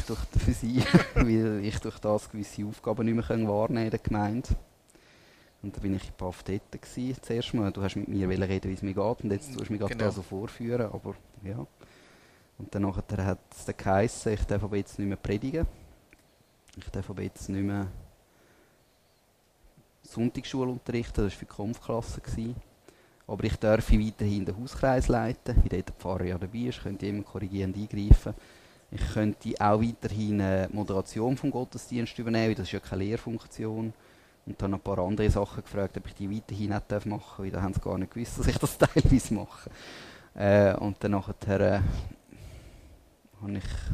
Weil ich durch das gewisse Aufgaben nicht mehr wahrnehmen in der Gemeinde. Und dann bin ich in Paff dort zuerst mal. Du hast mit mir reden, wie es mir geht und jetzt tust du mich gerade da so vorführen, aber ja. Und dann hat es dann geheißen, ich darf aber jetzt nicht mehr predigen. Ich darf aber jetzt nicht mehr Sonntagsschule unterrichten, das war für die Konfklasse. Aber ich darf weiterhin den Hauskreis leiten, wie dort der Pfarrer ja dabei ist, könnte jemand korrigierend eingreifen. Ich könnte auch weiterhin die Moderation vom Gottesdienst übernehmen, das ist ja keine Lehrfunktion. Und dann ein paar andere Sachen gefragt, ob ich die weiterhin nicht machen darf, weil da haben sie gar nicht gewusst, dass ich das teilweise mache. Und dann nachher habe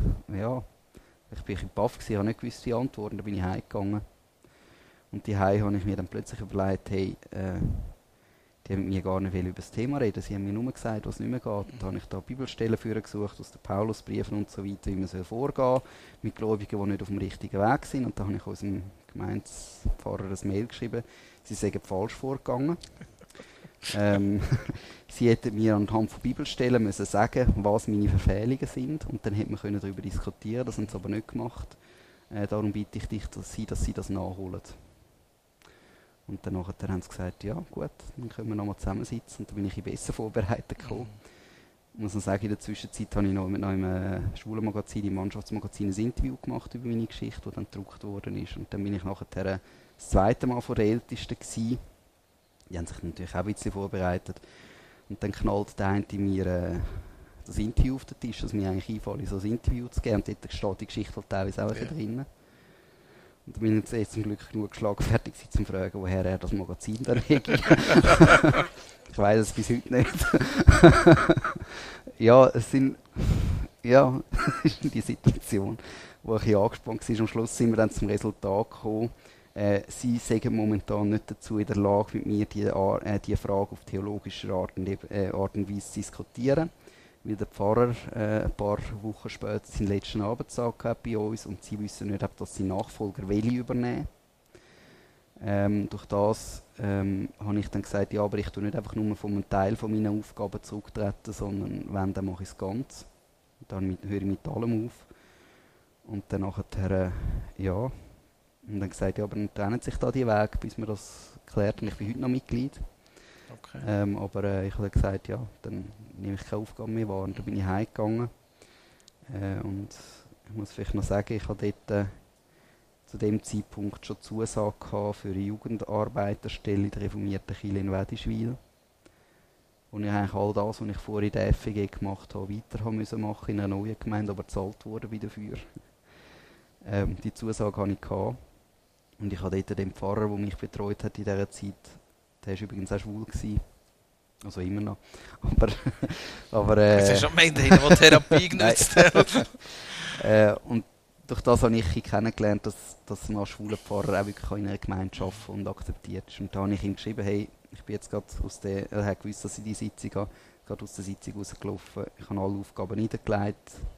ich bin in Paff gewesen, habe nicht gewusst, wie antworten, dann bin ich heimgegangen. Und daheim habe ich mir dann plötzlich überlegt, hey, die haben mit mir gar nicht über das Thema reden. Sie haben mir nur gesagt, was nicht mehr geht. Und dann habe ich da Bibelstellen für gesucht, aus den Paulusbriefen und so weiter, wie man vorgehen soll, mit Gläubigen, die nicht auf dem richtigen Weg sind. Und dann habe ich unserem Gemeindepfarrer ein Mail geschrieben, sie seien falsch vorgegangen. Sie hätten mir anhand von Bibelstellen müssen sagen, was meine Verfehlungen sind. Und dann hätte man darüber diskutieren. Das haben sie aber nicht gemacht. Darum bitte ich dich, dass sie das nachholen. Und dann haben sie gesagt, ja gut, dann können wir nochmal zusammensitzen. Und dann bin ich besser vorbereitet gekommen. Ich muss noch sagen, in der Zwischenzeit habe ich noch im Schwulenmagazin, im Mannschaftsmagazin, ein Interview gemacht über meine Geschichte, das dann gedruckt worden ist. Und dann bin ich nachher das zweite Mal vor den Ältesten gewesen. Die haben sich natürlich auch ein bisschen vorbereitet. Und dann knallt der eine mir das Interview auf den Tisch, dass mir eigentlich einfällt, so ein Interview zu geben. Und dort steht die Geschichte halt teilweise auch drin. Und da bin ich jetzt zum Glück genug schlagfertig gewesen, um zu fragen, woher er das Magazin dann hätte. Ich weiss es bis heute nicht. Ja, das ist die Situation, wo ich angespannt war. Am Schluss sind wir dann zum Resultat gekommen. Sie sagen momentan nicht dazu in der Lage, mit mir die Frage auf theologischer Art und Weise zu diskutieren. Weil der Pfarrer ein paar Wochen später seinen letzten Arbeitstag hat bei uns und sie wissen nicht, ob das sein Nachfolger übernehmen will. Durch das habe ich dann gesagt, ja, aber ich tue nicht einfach nur von einem Teil von meinen Aufgaben zurücktreten, sondern wenn, dann mache ich es ganz. Dann höre ich mit allem auf. Und dann nachher, und dann gesagt, ja, aber dann trennen sich da die Wege, bis wir das geklärt haben. Ich bin heute noch Mitglied. Okay. Aber ich habe gesagt, ja, dann nehme ich keine Aufgabe mehr wahr. Und dann bin ich heimgegangen. Und ich muss vielleicht noch sagen, ich hatte dort zu dem Zeitpunkt schon Zusage gehabt für eine Jugendarbeiterstelle in der reformierten Kirche in Wädischwil. Und ich eigentlich all das, was ich vorher in der FEG gemacht habe, weiter haben müssen machen in einer neuen Gemeinde, aber bezahlt wurde wieder dafür. Die Zusage hatte ich gehabt. Und ich habe dort den Pfarrer, der mich betreut hat in dieser Zeit, der war übrigens auch schwul gewesen. Also immer noch. Aber es ist schon gemeint, der Therapie genutzt hat. Und durch das habe ich kennengelernt, dass man als schwuler Pfarrer auch wirklich in einer Gemeinde arbeiten und akzeptiert ist. Und da habe ich ihm geschrieben, hey, ich bin jetzt gerade er hat gewusst, dass ich die Sitzung habe, gerade aus der Sitzung rausgelaufen. Ich habe alle Aufgaben niedergelegt,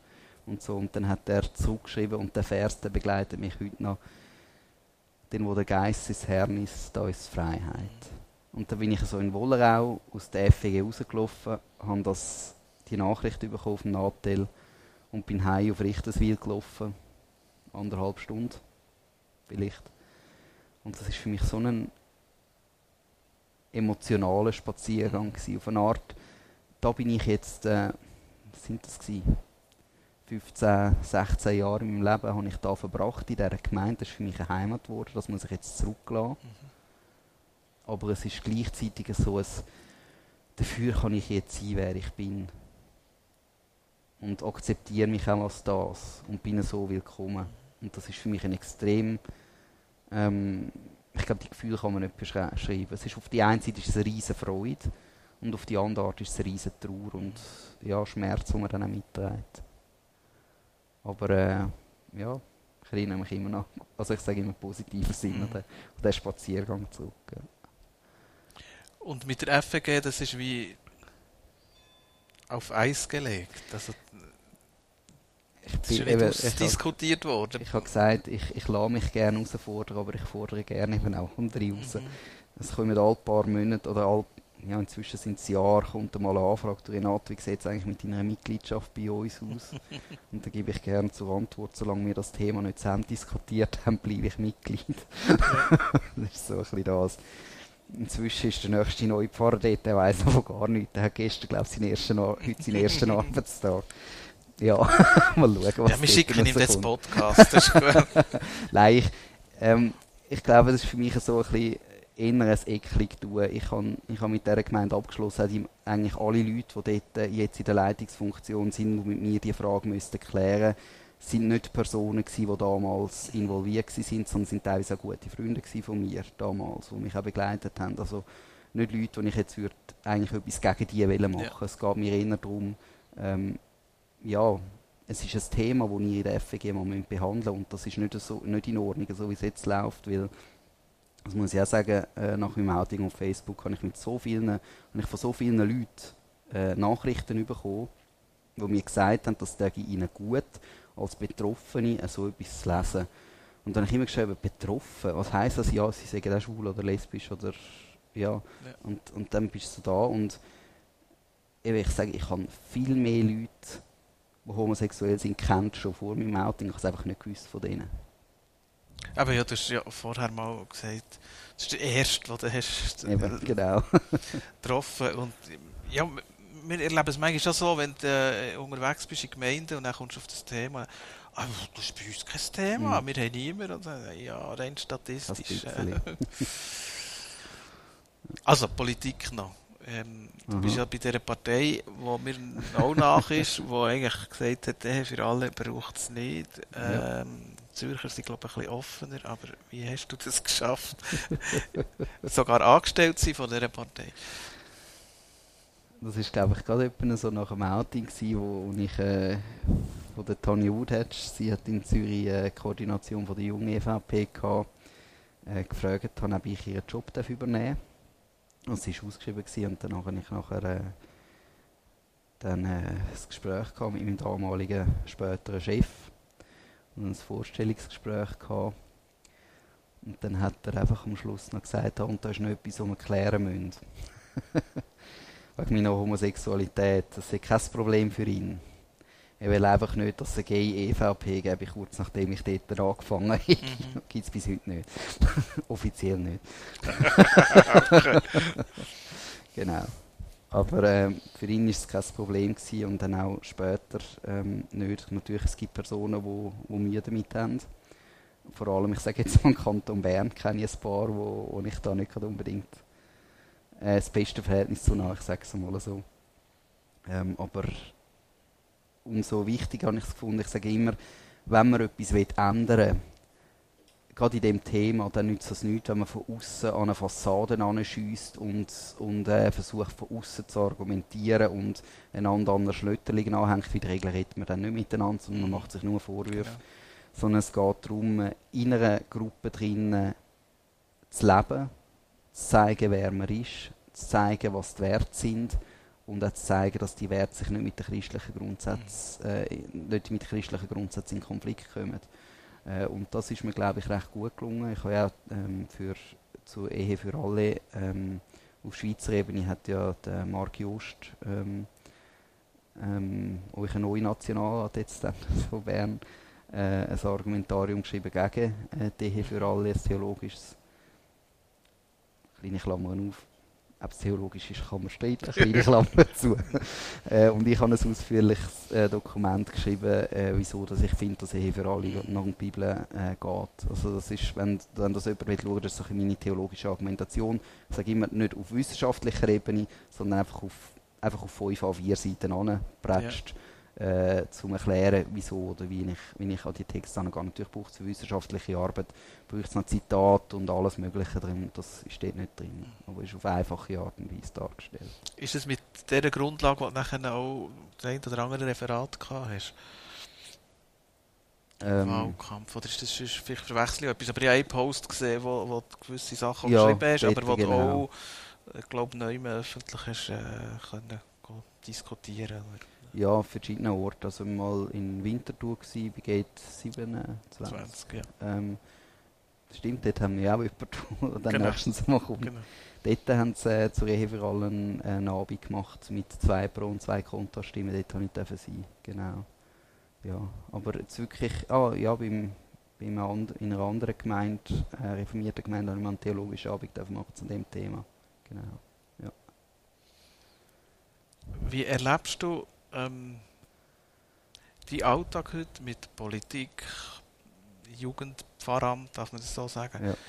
und so. Und dann hat er zurückgeschrieben und der Vers, der begleitet mich heute noch. Denn wo der Geist des Herrn ist, da ist Freiheit. Und dann bin ich so in Wollerau aus der FEG rausgelaufen, habe die Nachricht bekommen auf dem Natel und bin heim auf Richterswil gelaufen. 1,5 Stunden vielleicht. Und das ist für mich so ein emotionaler Spaziergang gewesen. Auf eine Art, da bin ich jetzt, was sind das gewesen? 15, 16 Jahre in meinem Leben habe ich da verbracht in dieser Gemeinde. Das ist für mich eine Heimat geworden, das muss ich jetzt zurücklassen. Aber es ist gleichzeitig so, dafür kann ich jetzt sein, wer ich bin. Und akzeptiere mich auch als das und bin so willkommen. Und das ist für mich ein extrem, ich glaube, die Gefühle kann man nicht beschreiben. Es ist auf die eine Seite ist es eine riesige Freude und auf die andere Art ist es eine riesige Trauer und ja, Schmerz, den man dann auch mitträgt. Aber ja, ich erinnere mich immer noch, also ich sage immer positiven Sinn an den Spaziergang zurück. Ja. Und mit der FEG, das ist wie auf Eis gelegt. Also, das ist nicht diskutiert worden. Ich habe gesagt, ich lasse mich gerne herausfordern, aber ich fordere gerne eben auch andere raus. Es kommen alle paar Monate oder inzwischen sind es Jahre, kommt mal eine Anfrage, Renato, wie sieht es eigentlich mit deiner Mitgliedschaft bei uns aus? Und dann gebe ich gerne zur Antwort, solange wir das Thema nicht zusammen diskutiert haben, bleibe ich Mitglied. Das ist so ein bisschen das. Inzwischen ist der nächste neue Pfarrer dort, der weiss noch gar nichts. Der hat gestern, glaube ich, heute seinen ersten Arbeitstag. Ja, mal schauen, was wir schicken ihm jetzt Podcast, das ist gut. Nein, ich glaube, das ist für mich so ein bisschen eher ein eklig tun. Ich habe mit dieser Gemeinde abgeschlossen, eigentlich alle Leute, die dort jetzt in der Leitungsfunktion sind, die mit mir diese Frage müssten klären, sind nicht Personen gewesen, die damals involviert waren, sondern sind teilweise auch gute Freunde von mir damals, die mich auch begleitet haben. Also nicht Leute, die ich jetzt eigentlich etwas gegen die machen wollte. Ja. Es geht mir eher darum, es ist ein Thema, das ich in der FEG mal behandeln muss und das ist nicht in Ordnung, so wie es jetzt läuft, weil, das muss ich auch sagen, nach meinem Outing auf Facebook habe ich von so vielen Leuten Nachrichten bekommen, die mir gesagt haben, dass es ihnen gut als Betroffene so etwas zu lesen. Und dann habe ich immer geschrieben, betroffen, was heisst das? Ja, sie sagen auch schwul oder lesbisch oder ja. Und dann bist du da und ich sage, ich habe viel mehr Leute, die homosexuell sind, kennt schon vor meinem Outing. Ich habe es einfach nicht gewusst von denen. Aber ja, du hast ja vorher mal gesagt, das ist der erste, den du hast genau. getroffen. Und ja, wir erleben es manchmal schon so, wenn du unterwegs bist in Gemeinden und dann kommst du auf das Thema. Das ist bei uns kein Thema, wir haben niemanden. Ja, rein statistisch. Also, Politik noch. Du bist ja bei dieser Partei, die mir auch nach ist, die eigentlich gesagt hat, für alle braucht es nicht. Zürcher sind, glaube ich, ein bisschen offener, aber wie hast du das geschafft? Sogar angestellt sein von dieser Partei? Das war, glaube ich, gerade so nach einem Outing, wo der Toni Woodhatch, sie hat in Zürich eine Koordination von der jungen EVP gehabt, gefragt habe, ob ich ihren Job übernehmen darf. Und sie war ausgeschrieben und dann habe ich nachher das Gespräch gehabt mit meinem damaligen späteren Chef und ein Vorstellungsgespräch gehabt. Und dann hat er einfach am Schluss noch gesagt, und da ist noch etwas, was wir klären müssen. Wegen meiner Homosexualität, das ist kein Problem für ihn. Er will einfach nicht, dass es eine Gay-EVP gebe, kurz nachdem ich dort angefangen habe. Gibt es bis heute nicht. Offiziell nicht. Genau. Aber für ihn war es kein Problem gewesen und dann auch später nicht. Natürlich, es gibt Personen, die Mühe damit haben. Vor allem, ich sage jetzt mal, im Kanton Bern kenne ich ein paar, wo ich da nicht unbedingt das beste Verhältnis zu habe, ich sage es mal so. Aber umso wichtiger habe ich es gefunden. Ich sage immer, wenn man etwas ändern will, gerade in diesem Thema, dann nützt es nichts, wenn man von außen an eine Fassade anschiesst und versucht von außen zu argumentieren und einander an der Schlötterling anhängt. In der Regel redet man dann nicht miteinander, sondern man macht sich nur Vorwürfe. Genau. Sondern es geht darum, in einer Gruppe drinnen zu leben, zu zeigen, wer man ist, zu zeigen, was die Werte sind und auch zu zeigen, dass die Werte sich nicht mit den christlichen Grundsätzen in Konflikt kommen. Und das ist mir, glaube ich, recht gut gelungen. Ich habe ja zur Ehe für alle auf Schweizer Ebene hat ja der Marc Jost euch ein neuer Nationalrat jetzt von Bern ein Argumentarium geschrieben gegen die Ehe für alle, ein theologisches, kleine Klammern auf, ob es theologisch ist, kann man streiten, kleine Klammern zu. Und ich habe ein ausführliches Dokument geschrieben, wieso dass ich finde, dass Ehe für alle nach der Bibel geht. Also das ist, wenn das jemand will schauen, das ist so meine theologische Argumentation. Ich sage immer, nicht auf wissenschaftlicher Ebene, sondern einfach auf 5 A4 Seiten angepratscht, zum erklären, wieso oder wie ich an die Texte angehe. Natürlich braucht es für wissenschaftliche Arbeit braucht es noch Zitate und alles Mögliche drin. Das steht nicht drin, aber ist auf einfache Art und Weise dargestellt. Ist es mit dieser Grundlage, die du nachher auch das ein oder andere Referat gehabt hast? Wahlkampf, oder ist das vielleicht verwechseln etwas? Aber ich habe einen Post gesehen, wo du gewisse Sachen geschrieben hast, aber wo du auch, ich glaube, neu öffentlich hast können diskutieren. Ja, verschiedene Orte. Also mal in Winterthur gsi, bei Gate 27. Ja. Stimmt, dort haben wir auch jemanden, der Genau. nächstens mal kommt. Genau. Dort haben sie zur Ehe für alle einen Abend gemacht mit 2 Pro- und 2 Kontrastimmen. Dort durfte ich sein. Genau. Ja, aber jetzt wirklich, in einer anderen Gemeinde, reformierten Gemeinde, habe ich mal einen theologischen Abend machen zu dem Thema. Genau. Ja. Wie erlebst du die Alltag heute mit Politik, Jugendpfarramt, darf man das so sagen? Ja.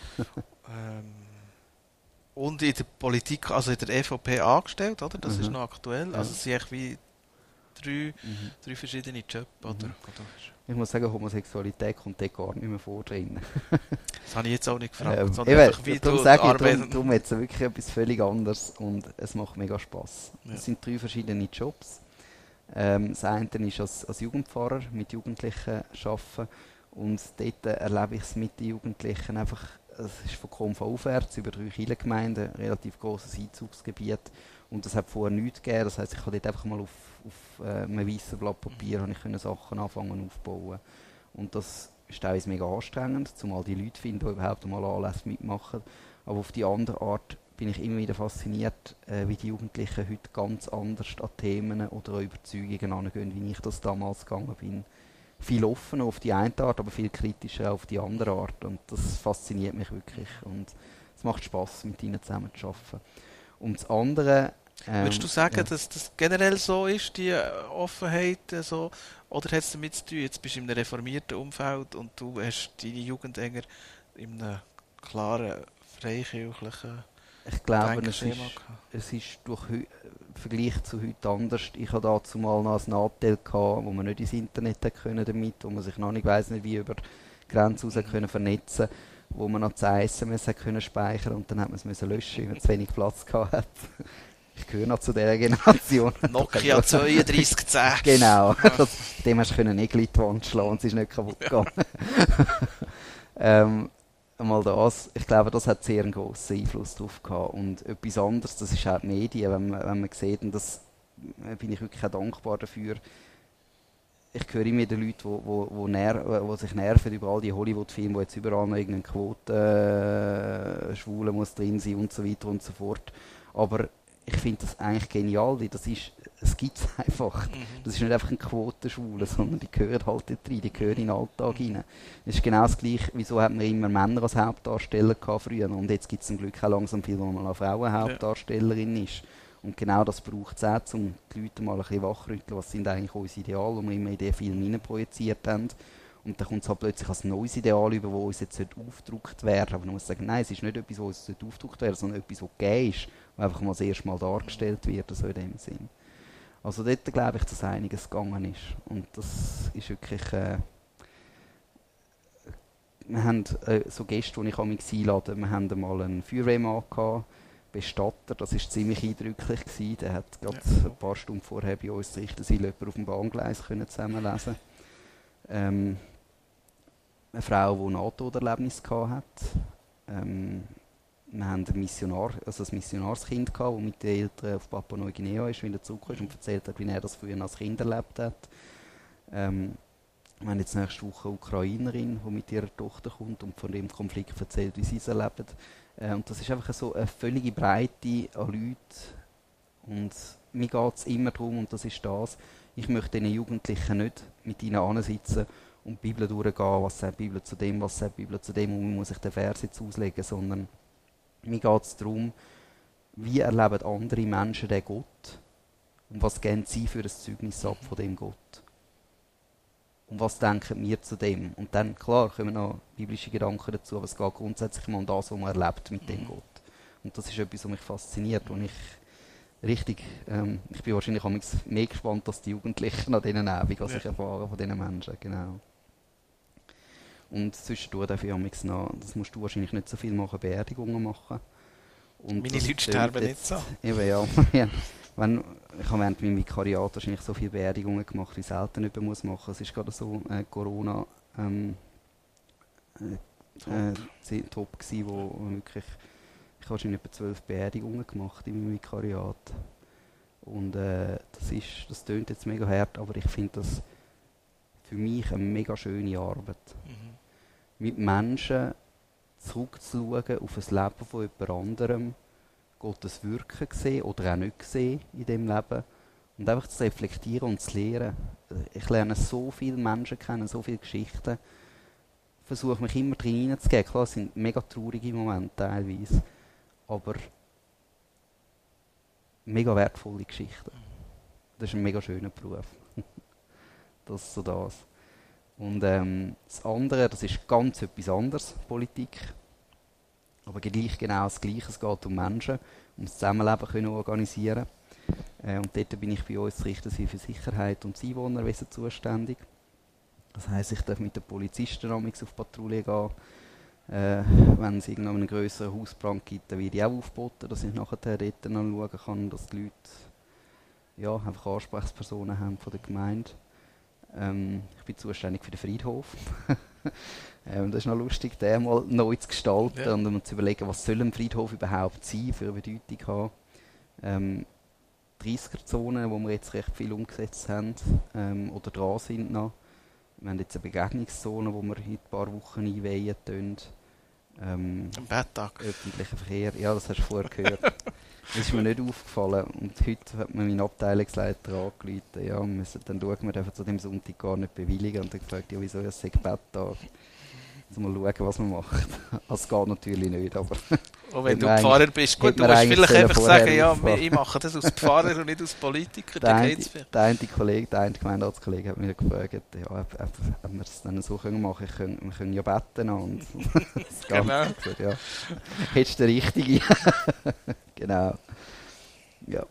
Und in der Politik, also in der EVP angestellt, oder? Das ist noch aktuell. Ja. Also es sind echt wie drei verschiedene Jobs, oder? Ich muss sagen, Homosexualität kommt dort gar nicht mehr vor drin. Das habe ich jetzt auch nicht gefragt, sondern einfach, wie du arbeitest. Darum jetzt wirklich etwas völlig anderes und es macht mega Spass. Ja. Es sind 3 verschiedene Jobs. Das eine ist als Jugendpfarrer mit Jugendlichen arbeiten und dort erlebe ich es mit den Jugendlichen einfach, es ist von Konf aufwärts über 3 Kirchengemeinden, relativ grosses Einzugsgebiet und das hat vorher nichts gegeben, das heisst, ich habe dort einfach mal auf einem weißen Blatt Papier Sachen anfangen aufbauen und das ist teilweise mega anstrengend, zumal die Leute finden, die überhaupt mal Anlässe mitmachen, aber auf die andere Art bin ich immer wieder fasziniert, wie die Jugendlichen heute ganz anders an Themen oder an Überzeugungen angehen, wie ich das damals gegangen bin. Viel offener auf die eine Art, aber viel kritischer auf die andere Art. Und das fasziniert mich wirklich. Und es macht Spass, mit ihnen zusammen zu arbeiten. Und das andere... Würdest du sagen, dass das generell so ist, die Offenheit, so, oder hat es damit zu tun, jetzt bist du in einem reformierten Umfeld und du hast deine Jugend eher in einem klaren, freikirchlichen... Ich glaube, es ist durch Vergleich zu heute anders. Ich hatte dazu mal noch einen Nachteil gehabt, wo man nicht ins Internet können damit, wo man sich noch nicht weiss nicht wie über die Grenze raus können vernetzen, wo man noch 2 SMS können speichern und dann hat man es löschen, weil man zu wenig Platz gehabt hat. Ich gehöre noch zu dieser Generation. Nokia 3210. Genau. Ja. Dem hast du nicht in die Wand schlagen und es ist nicht kaputt gegangen. Mal das, ich glaube, das hat sehr einen grossen Einfluss darauf gehabt. Und etwas anderes, das ist auch die Medien, wenn man sieht, und das bin ich wirklich auch dankbar dafür. Ich höre immer den Leuten, die sich nerven über all die Hollywood-Filme, wo jetzt überall noch irgendeine Quote Schwule muss drin sein und so weiter und so fort. Aber ich finde das eigentlich genial, weil es gibt es einfach. Das ist nicht einfach ein Quotenschwule, sondern die gehören halt dort rein, die gehören in den Alltag rein. Es ist genau das Gleiche, wieso hat man immer Männer als Hauptdarsteller gehabt früher und jetzt gibt es zum Glück auch langsam viel, wo man eine Frau Hauptdarstellerin ist. Und genau das braucht es auch, um die Leute mal ein bisschen wachrütteln, was sind eigentlich unsere Ideale, die wir immer in den Film hineinprojiziert haben. Und dann kommt es halt plötzlich als neues Ideal über, das uns jetzt aufgedrückt werden. Aber man muss sagen, nein, es ist nicht etwas, das uns aufgedrückt werden, sondern etwas, das gegeben ist, das einfach mal das erste Mal dargestellt wird, so in dem Sinn. Also dort glaube ich, dass einiges gegangen ist. Und das ist wirklich... wir haben so Gäste, die ich mich einlade, wir haben einmal einen Feuerwehrmann gehabt, Bestatter, das war ziemlich eindrücklich gewesen. Der hat gerade ein paar Stunden vorher bei uns die Richterseile auf dem Bahngleis zusammenlesen. Eine Frau, die ein Nahtoderlebnis hatte. Eine wir haben ein Missionarskind gehabt, das mit den Eltern auf Papua-Neuguinea ist, wieder zurück ist und erzählt hat, wie er das früher als Kind erlebt hat. Wir haben jetzt nächste Woche eine Ukrainerin, die mit ihrer Tochter kommt und von dem Konflikt erzählt, wie sie es erleben. Und das ist einfach so eine völlige Breite an Leuten. Und mir geht es immer darum, und das ist das, ich möchte den Jugendlichen nicht mit ihnen ansitzen und die Bibel durchgehen, was sagt die Bibel zu dem, was sagt die Bibel zu dem, und man muss sich den Vers jetzt auslegen, sondern mir geht es darum, wie erleben andere Menschen den Gott und was geben sie für ein Zeugnis ab von dem Gott. Und was denken wir zu dem? Und dann, klar, kommen noch biblische Gedanken dazu, aber es geht grundsätzlich mal um das, was man erlebt mit dem Gott. Und das ist etwas, was mich fasziniert, und ich bin wahrscheinlich auch mehr gespannt als die Jugendlichen an diesen Abend, was ich erfahre von diesen Menschen, genau. Und zwischendurch darf ich noch, das musst du wahrscheinlich nicht so viel machen, Beerdigungen machen. Und meine Leute sterben nicht so. Eben, ja. Ich habe während meinem Vikariat wahrscheinlich so viele Beerdigungen gemacht, wie ich selten nicht machen muss. Es ist gerade so Corona top gewesen, wo wirklich, ich habe wahrscheinlich etwa 12 Beerdigungen gemacht in meinem Vikariat. Und das tönt jetzt mega hart, aber ich finde das für mich eine mega schöne Arbeit. Mit Menschen zurückzuschauen auf ein Leben von jemand anderem, Gottes Wirken sehen oder auch nicht sehen in diesem Leben und einfach zu reflektieren und zu lernen. Ich lerne so viele Menschen kennen, so viele Geschichten. Ich versuche mich immer drin hineinzugeben. Klar, es sind mega traurige Momente teilweise, aber mega wertvolle Geschichten. Das ist ein mega schöner Beruf. Das ist so das. Und das andere, das ist ganz etwas anderes, Politik. Aber gleich genau das Gleiche. Es geht um Menschen, um das Zusammenleben können organisieren. Und dort bin ich bei uns Richterin für Sicherheit und das Einwohnerwesen zuständig. Das heisst, ich darf mit den Polizisten auf Patrouille gehen. Wenn es einen grösseren Hausbrand gibt, dann werde ich auch aufgeboten, dass ich nachher dort noch schauen kann, dass die Leute einfach Ansprechpersonen haben von der Gemeinde. Ich bin zuständig für den Friedhof. Das ist noch lustig, den mal neu zu gestalten und zu überlegen, was soll ein Friedhof überhaupt sein, für eine Bedeutung haben. 30er-Zonen, wo wir jetzt recht viel umgesetzt haben oder dran sind noch. Wir haben jetzt eine Begegnungszone, die wir in ein paar Wochen einweihen tun. Am Betttag. Öffentlicher Verkehr, ja, das hast du vorher gehört. Das ist mir nicht aufgefallen. Und heute hat mir mein Abteilungsleiter angerufen. Ja, dann schauen wir einfach zu dem Sonntag gar nicht bewilligen. Und dann gefragt, ja, wieso ist es Betttag? Also mal schauen, was man macht. Das geht natürlich nicht, aber... Und wenn du Pfarrer bist, gut, du musst vielleicht einfach sagen, ja, ich mache das als Pfarrer und nicht als Politiker. Der eine Gemeinderatskollege hat mich gefragt, ja, ob wir es dann so machen können. Wir können ja beten. Und das genau. Gesagt, ja. Hättest du den Richtigen. Genau. Ja.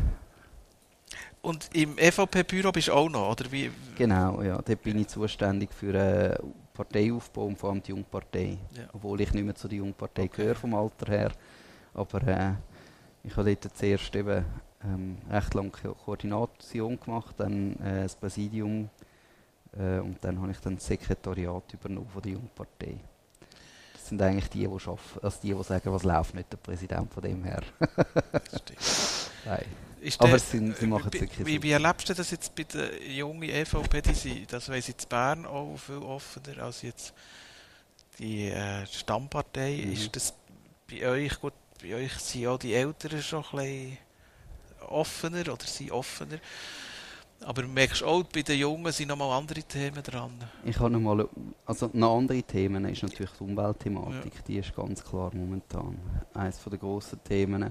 Und im EVP-Büro bist du auch noch, oder wie? Genau, ja. Dort bin ich zuständig für Parteiaufbau und vor allem die Jungpartei. Ja. Obwohl ich nicht mehr zu der Jungpartei gehöre vom Alter her. Aber ich habe dort zuerst eben recht lange Koordination gemacht, dann das Präsidium und dann habe ich dann das Sekretariat übernommen von der Jungpartei. Das sind eigentlich die arbeiten, also die sagen, was läuft, nicht der Präsident von dem her. Stimmt. Nein. Aber sie machen es wirklich wie erlebst du das jetzt bei der jungen EVP? Das weiss jetzt Bern auch viel offener als jetzt die Stammpartei. Ist das bei euch, gut, bei euch sind auch die Älteren schon ein bisschen offener oder sind offener? Aber merkst du auch, bei den Jungen sind noch mal andere Themen dran? Ich habe noch andere Themen ist natürlich die Umweltthematik. Ja. Die ist ganz klar momentan eines der grossen Themen.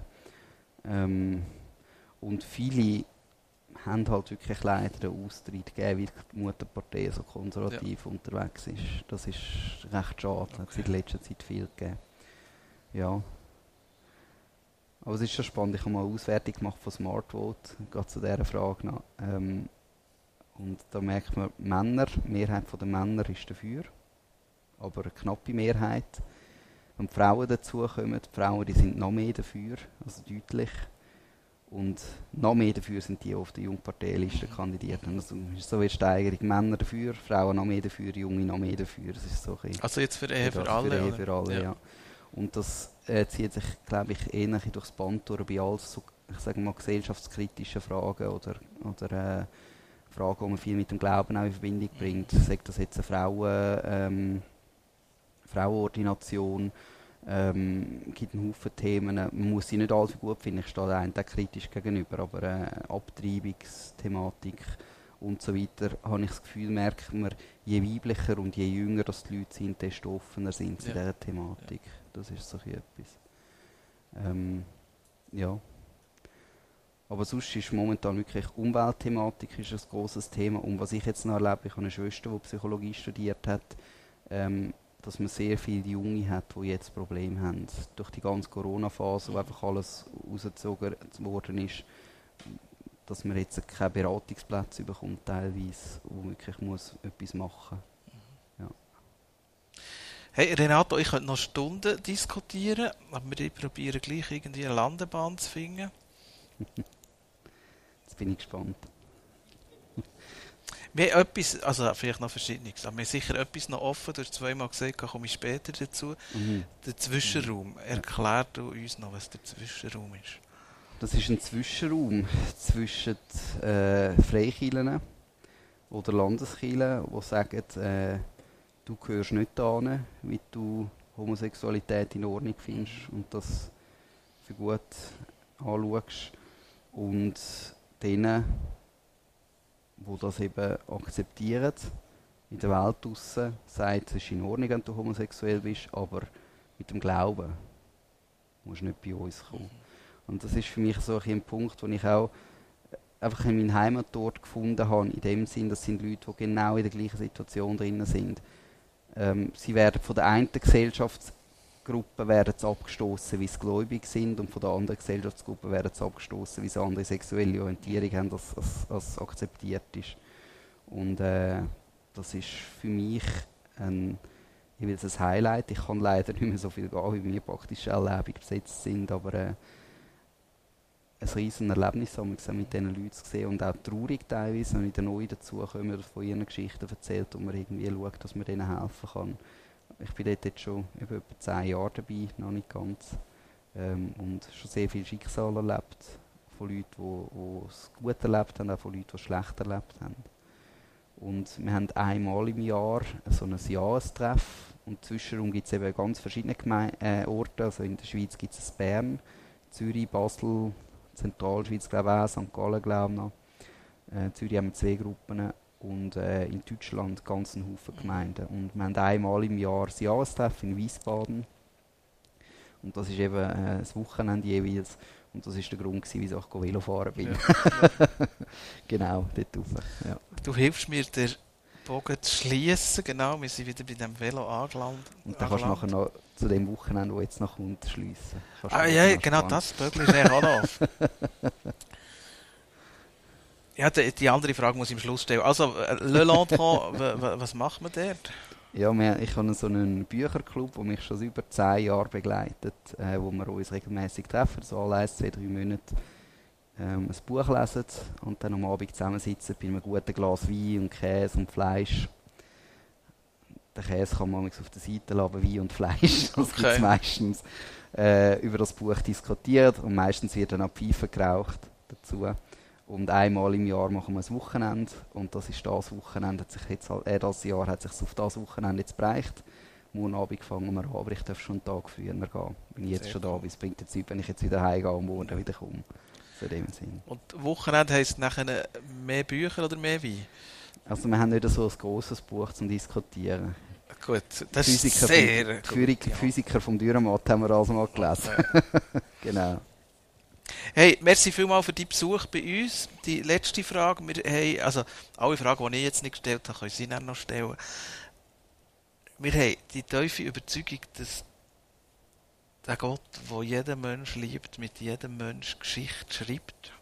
Und viele haben halt wirklich leider den Austritt gegeben, weil die Mutterpartei so konservativ unterwegs ist. Das ist recht schade. Okay. Hat es in letzter Zeit viel gegeben. Ja. Aber es ist schon spannend. Ich habe mal eine Auswertung gemacht von Smartvote, gerade zu dieser Frage noch. Und da merkt man, die Mehrheit der Männer ist dafür, aber eine knappe Mehrheit. Wenn die Frauen dazukommen, die Frauen die sind noch mehr dafür, also deutlich. Und noch mehr dafür sind die auf der Jungparteiliste kandidiert. Also so eine Steigerung. Männer dafür, Frauen noch mehr dafür, Junge noch mehr dafür. Das ist so also jetzt für alle? Für alle, ja. Und das zieht sich, glaube ich, eher durchs Band durch bei all so, ich sage mal, gesellschaftskritischen Fragen oder Fragen, die man viel mit dem Glauben auch in Verbindung bringt. Sagt das jetzt eine Frauenordination, gibt einen Haufen Themen. Man muss sie nicht alle so gut finden, ich stehe da auch kritisch gegenüber, aber Abtreibungsthematik und so weiter, habe ich das Gefühl, merkt man, je weiblicher und je jünger das die Leute sind, desto offener sind sie in dieser Thematik. Das ist so etwas. Ja. Aber sonst ist momentan wirklich Umweltthematik ist ein grosses Thema. Und was ich jetzt noch erlebe, ich habe eine Schwester, die Psychologie studiert hat, dass man sehr viele Junge hat, die jetzt Probleme haben. Durch die ganze Corona-Phase, wo einfach alles rausgezogen worden ist, dass man jetzt keine Beratungsplätze bekommt, teilweise, wo wirklich muss etwas machen muss. Ja. Hey Renato, ich könnte noch Stunden diskutieren, aber wir probieren gleich irgendwie eine Landebahn zu finden. Jetzt bin ich gespannt. Wir haben etwas, also vielleicht noch Verschiedenes, aber wir haben sicher etwas noch offen. Du hast zweimal gesagt, da komme ich später dazu. Der Zwischenraum. Erklär du uns noch, was der Zwischenraum ist. Das ist ein Zwischenraum zwischen Freikirchen oder Landeskirchen, die sagen, du gehörst nicht dahin, wie du Homosexualität in Ordnung findest und das für gut anschaust. Und denen, die das eben akzeptieren, in der Welt draussen, sagt, es ist in Ordnung, wenn du homosexuell bist, aber mit dem Glauben musst du nicht bei uns kommen. Und das ist für mich so ein Punkt, den ich auch einfach in meinem Heimatort gefunden habe, in dem Sinn, das sind Leute, die genau in der gleichen Situation drin sind. Sie werden von der einen Gesellschaftsgruppe abgestoßen, wie sie gläubig sind, und von der anderen Gesellschaftsgruppe werden sie abgestoßen, wie sie eine andere sexuelle Orientierung haben, als akzeptiert ist. Und das ist für mich ein Highlight. Ich kann leider nicht mehr so viel gehen, wie wir praktisch alle besetzt sind, aber ein riesen Erlebnis mit diesen Leuten zu sehen und auch traurig teilweise, wenn wieder neu dazukommen und von ihren Geschichten erzählt und man irgendwie schaut, dass man denen helfen kann. Ich bin dort jetzt schon etwa 10 Jahre dabei, noch nicht ganz, und schon sehr viel Schicksal erlebt, von Leuten, die es gut erlebt haben, auch von Leuten, die es schlecht erlebt haben. Und wir haben einmal im Jahr so ein Jahrestreff und zwischenrum gibt es eben ganz verschiedene Orte, also in der Schweiz gibt es Bern, Zürich, Basel, Zentralschweiz, glaube ich auch, St. Gallen, glaube ich noch. Zürich haben wir 2 Gruppen und in Deutschland ganz einen Haufen Gemeinden. Und wir haben einmal im Jahr das Jahrestreff in Wiesbaden. Und das ist eben das Wochenende jeweils. Und das war der Grund, wieso ich Velofahren bin. Ja. Genau, dort rauf. Ja. Du hilfst mir, den Bogen zu schließen. Genau, wir sind wieder bei dem Velo angelandet. Und dann kannst du nachher noch zu dem Wochenende, das jetzt noch kommt, schliessen. Ja, genau, das Böckli ist auch noch. Ja, die andere Frage muss ich am Schluss stellen. Also, Le Lantron, was macht man dort? Ja, ich habe so einen Bücherclub, der mich schon über 10 Jahre begleitet, wo wir uns regelmäßig treffen, so alle 1, 2, 3 Monate ein Buch lesen und dann am Abend zusammensitzen bei einem guten Glas Wein und Käse und Fleisch. Den Käse kann man auf der Seite lassen, Wein und Fleisch. Das gibt es meistens. Über das Buch diskutiert und meistens wird dann auch Pfeife geraucht dazu. Und einmal im Jahr machen wir ein Wochenende und das ist das Wochenende, das Jahr hat sich auf das Wochenende jetzt bereicht. Morgen Abend fangen wir an, aber ich darf schon einen Tag früher gehen. Wenn ich jetzt schon da bin, es bringt jetzt nichts, wenn ich jetzt wieder heimgehe und morgen wieder komme. So in dem Sinn. Und Wochenende heisst nachher mehr Bücher oder mehr Wein? Also wir haben nicht so ein grosses Buch zum Diskutieren. Gut, das ist sehr gut. Physiker vom Dürrenmatt haben wir also mal gelesen. Genau. Hey, merci vielmals für deinen Besuch bei uns. Die letzte Frage, wir haben, also alle Fragen, die ich jetzt nicht gestellt habe, können Sie dann noch stellen. Wir haben die tiefe Überzeugung, dass der Gott, der jeden Mensch liebt, mit jedem Mensch Geschichte schreibt.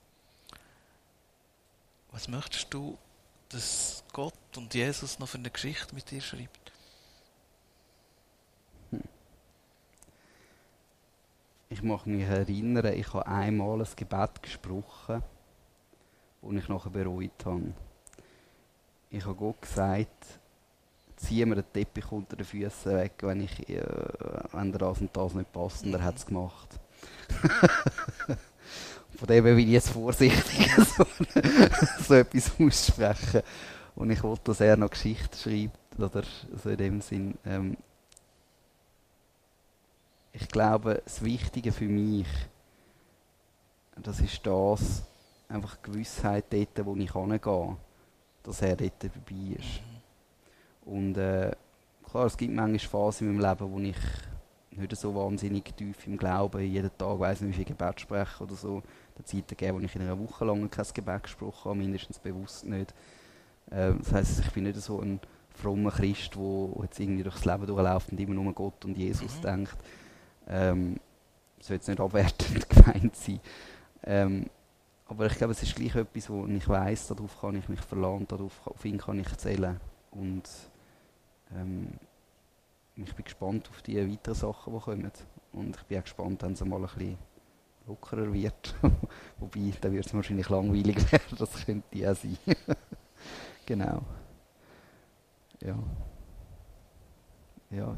Was möchtest du, dass Gott und Jesus noch für eine Geschichte mit dir schreibt? Ich mag mich erinnern, ich habe einmal ein Gebet gesprochen, das ich nachher bereut habe. Ich habe Gott gesagt, ziehe mir den Teppich unter den Füßen weg, wenn der das und das nicht passt, und er hat es gemacht. Von dem bin ich jetzt vorsichtig, so etwas aussprechen. Und ich wollte, dass er noch Geschichte schreibt, oder so in dem Sinn. Ich glaube, das Wichtige für mich, das ist das, einfach die Gewissheit dort, wo ich hingehe, dass er dort dabei ist. Und klar, es gibt manchmal Phasen in meinem Leben, wo ich nicht so wahnsinnig tief im Glauben jeden Tag weiss nicht, wie viel Gebet spreche oder so. Da Zeiten gegeben, wo ich in einer Woche lang kein Gebet gesprochen habe, mindestens bewusst nicht. Das heisst, ich bin nicht so ein frommer Christ, der jetzt irgendwie durchs Leben durchläuft und immer nur Gott und Jesus denkt. Soll jetzt nicht abwertend gemeint sein. Aber ich glaube, es ist gleich etwas, wo ich weiss, darauf kann ich mich verlassen, auf ihn kann ich zählen. Und ich bin gespannt auf die weiteren Sachen, die kommen. Und ich bin auch gespannt, wenn es mal ein bisschen lockerer wird. Wobei, dann wird es wahrscheinlich langweilig werden, das könnte ja sein. Genau. Ja. Ja,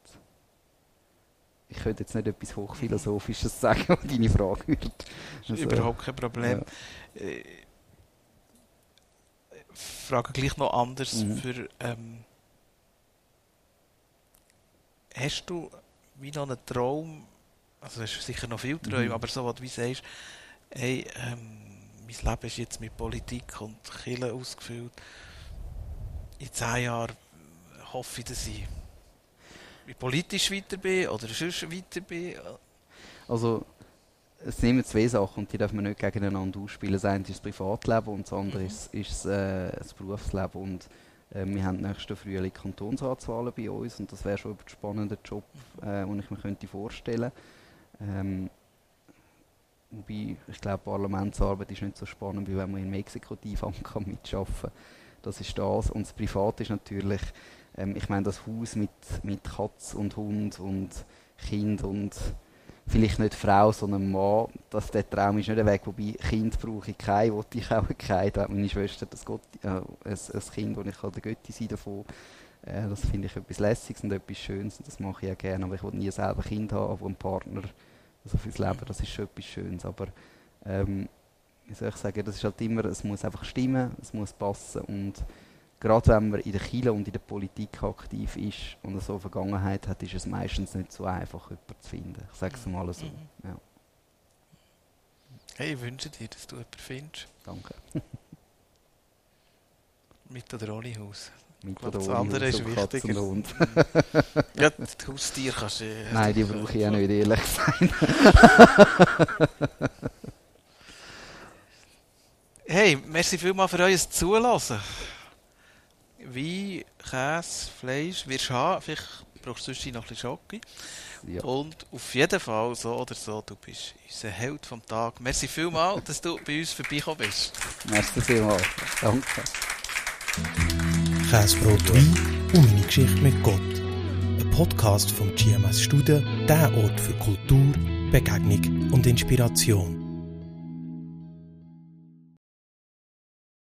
ich könnte jetzt nicht etwas Hochphilosophisches sagen, was deine Frage wird. Also, überhaupt kein Problem. Ja. Frage gleich noch anders. Hast du wie noch einen Traum, also hast du sicher noch viele Träume, aber so, was du wie sagst, hey, mein Leben ist jetzt mit Politik und Kirche ausgefüllt. In 10 Jahren hoffe ich, dass ich politisch weiter bin oder sonst weiter bin. Also, es sind 2 Sachen und die darf man nicht gegeneinander ausspielen. Das eine ist das Privatleben und das andere ist das Berufsleben. Und wir haben nächsten Frühling Kantonsratswahlen bei uns und das wäre schon ein spannender Job, den ich mir könnte vorstellen könnte. Wobei, ich glaube, Parlamentsarbeit ist nicht so spannend, wie wenn man im Exekutivamt mitarbeiten kann. Das ist das. Und das Private ist natürlich, ich meine, das Haus mit Katz und Hund und Kind und vielleicht nicht Frau, sondern Mann, der Traum ist nicht weg. Wobei, Kind brauche ich keinen, wollte ich auch keinen. Da hat meine Schwester ein Kind, das ich der Götti sein davon. Das finde ich etwas Lässiges und etwas Schönes und das mache ich auch gerne. Aber ich will nie selber ein Kind haben, aber einen Partner, also fürs Leben, das ist schon etwas Schönes. Aber wie soll ich sagen, das ist halt immer, es muss einfach stimmen, es muss passen. Und gerade wenn man in der Kirche und in der Politik aktiv ist und so eine Vergangenheit hat, ist es meistens nicht so einfach, jemanden zu finden. Ich sage es mal so. Ja. Hey, ich wünsche dir, dass du jemanden findest. Danke. Mit oder ohne Haus. Mit oder das ohne andere Haus ist wichtiger. und Hund. Ja, die Haustiere kannst du... Nein, die brauche ich auch nicht, ehrlich gesagt. Hey, merci vielmals für euer Zuhören. Wein, Käse, Fleisch wirst du haben. Vielleicht brauchst du sonst noch ein bisschen Schoki. Ja. Und auf jeden Fall, so oder so, du bist unser Held vom Tag. Merci vielmals, dass du bei uns vorbeigekommen bist. Merci vielmals. Danke. Käsebrot, Wein und meine Geschichte mit Gott. Ein Podcast vom GMS Studen, der Ort für Kultur, Begegnung und Inspiration.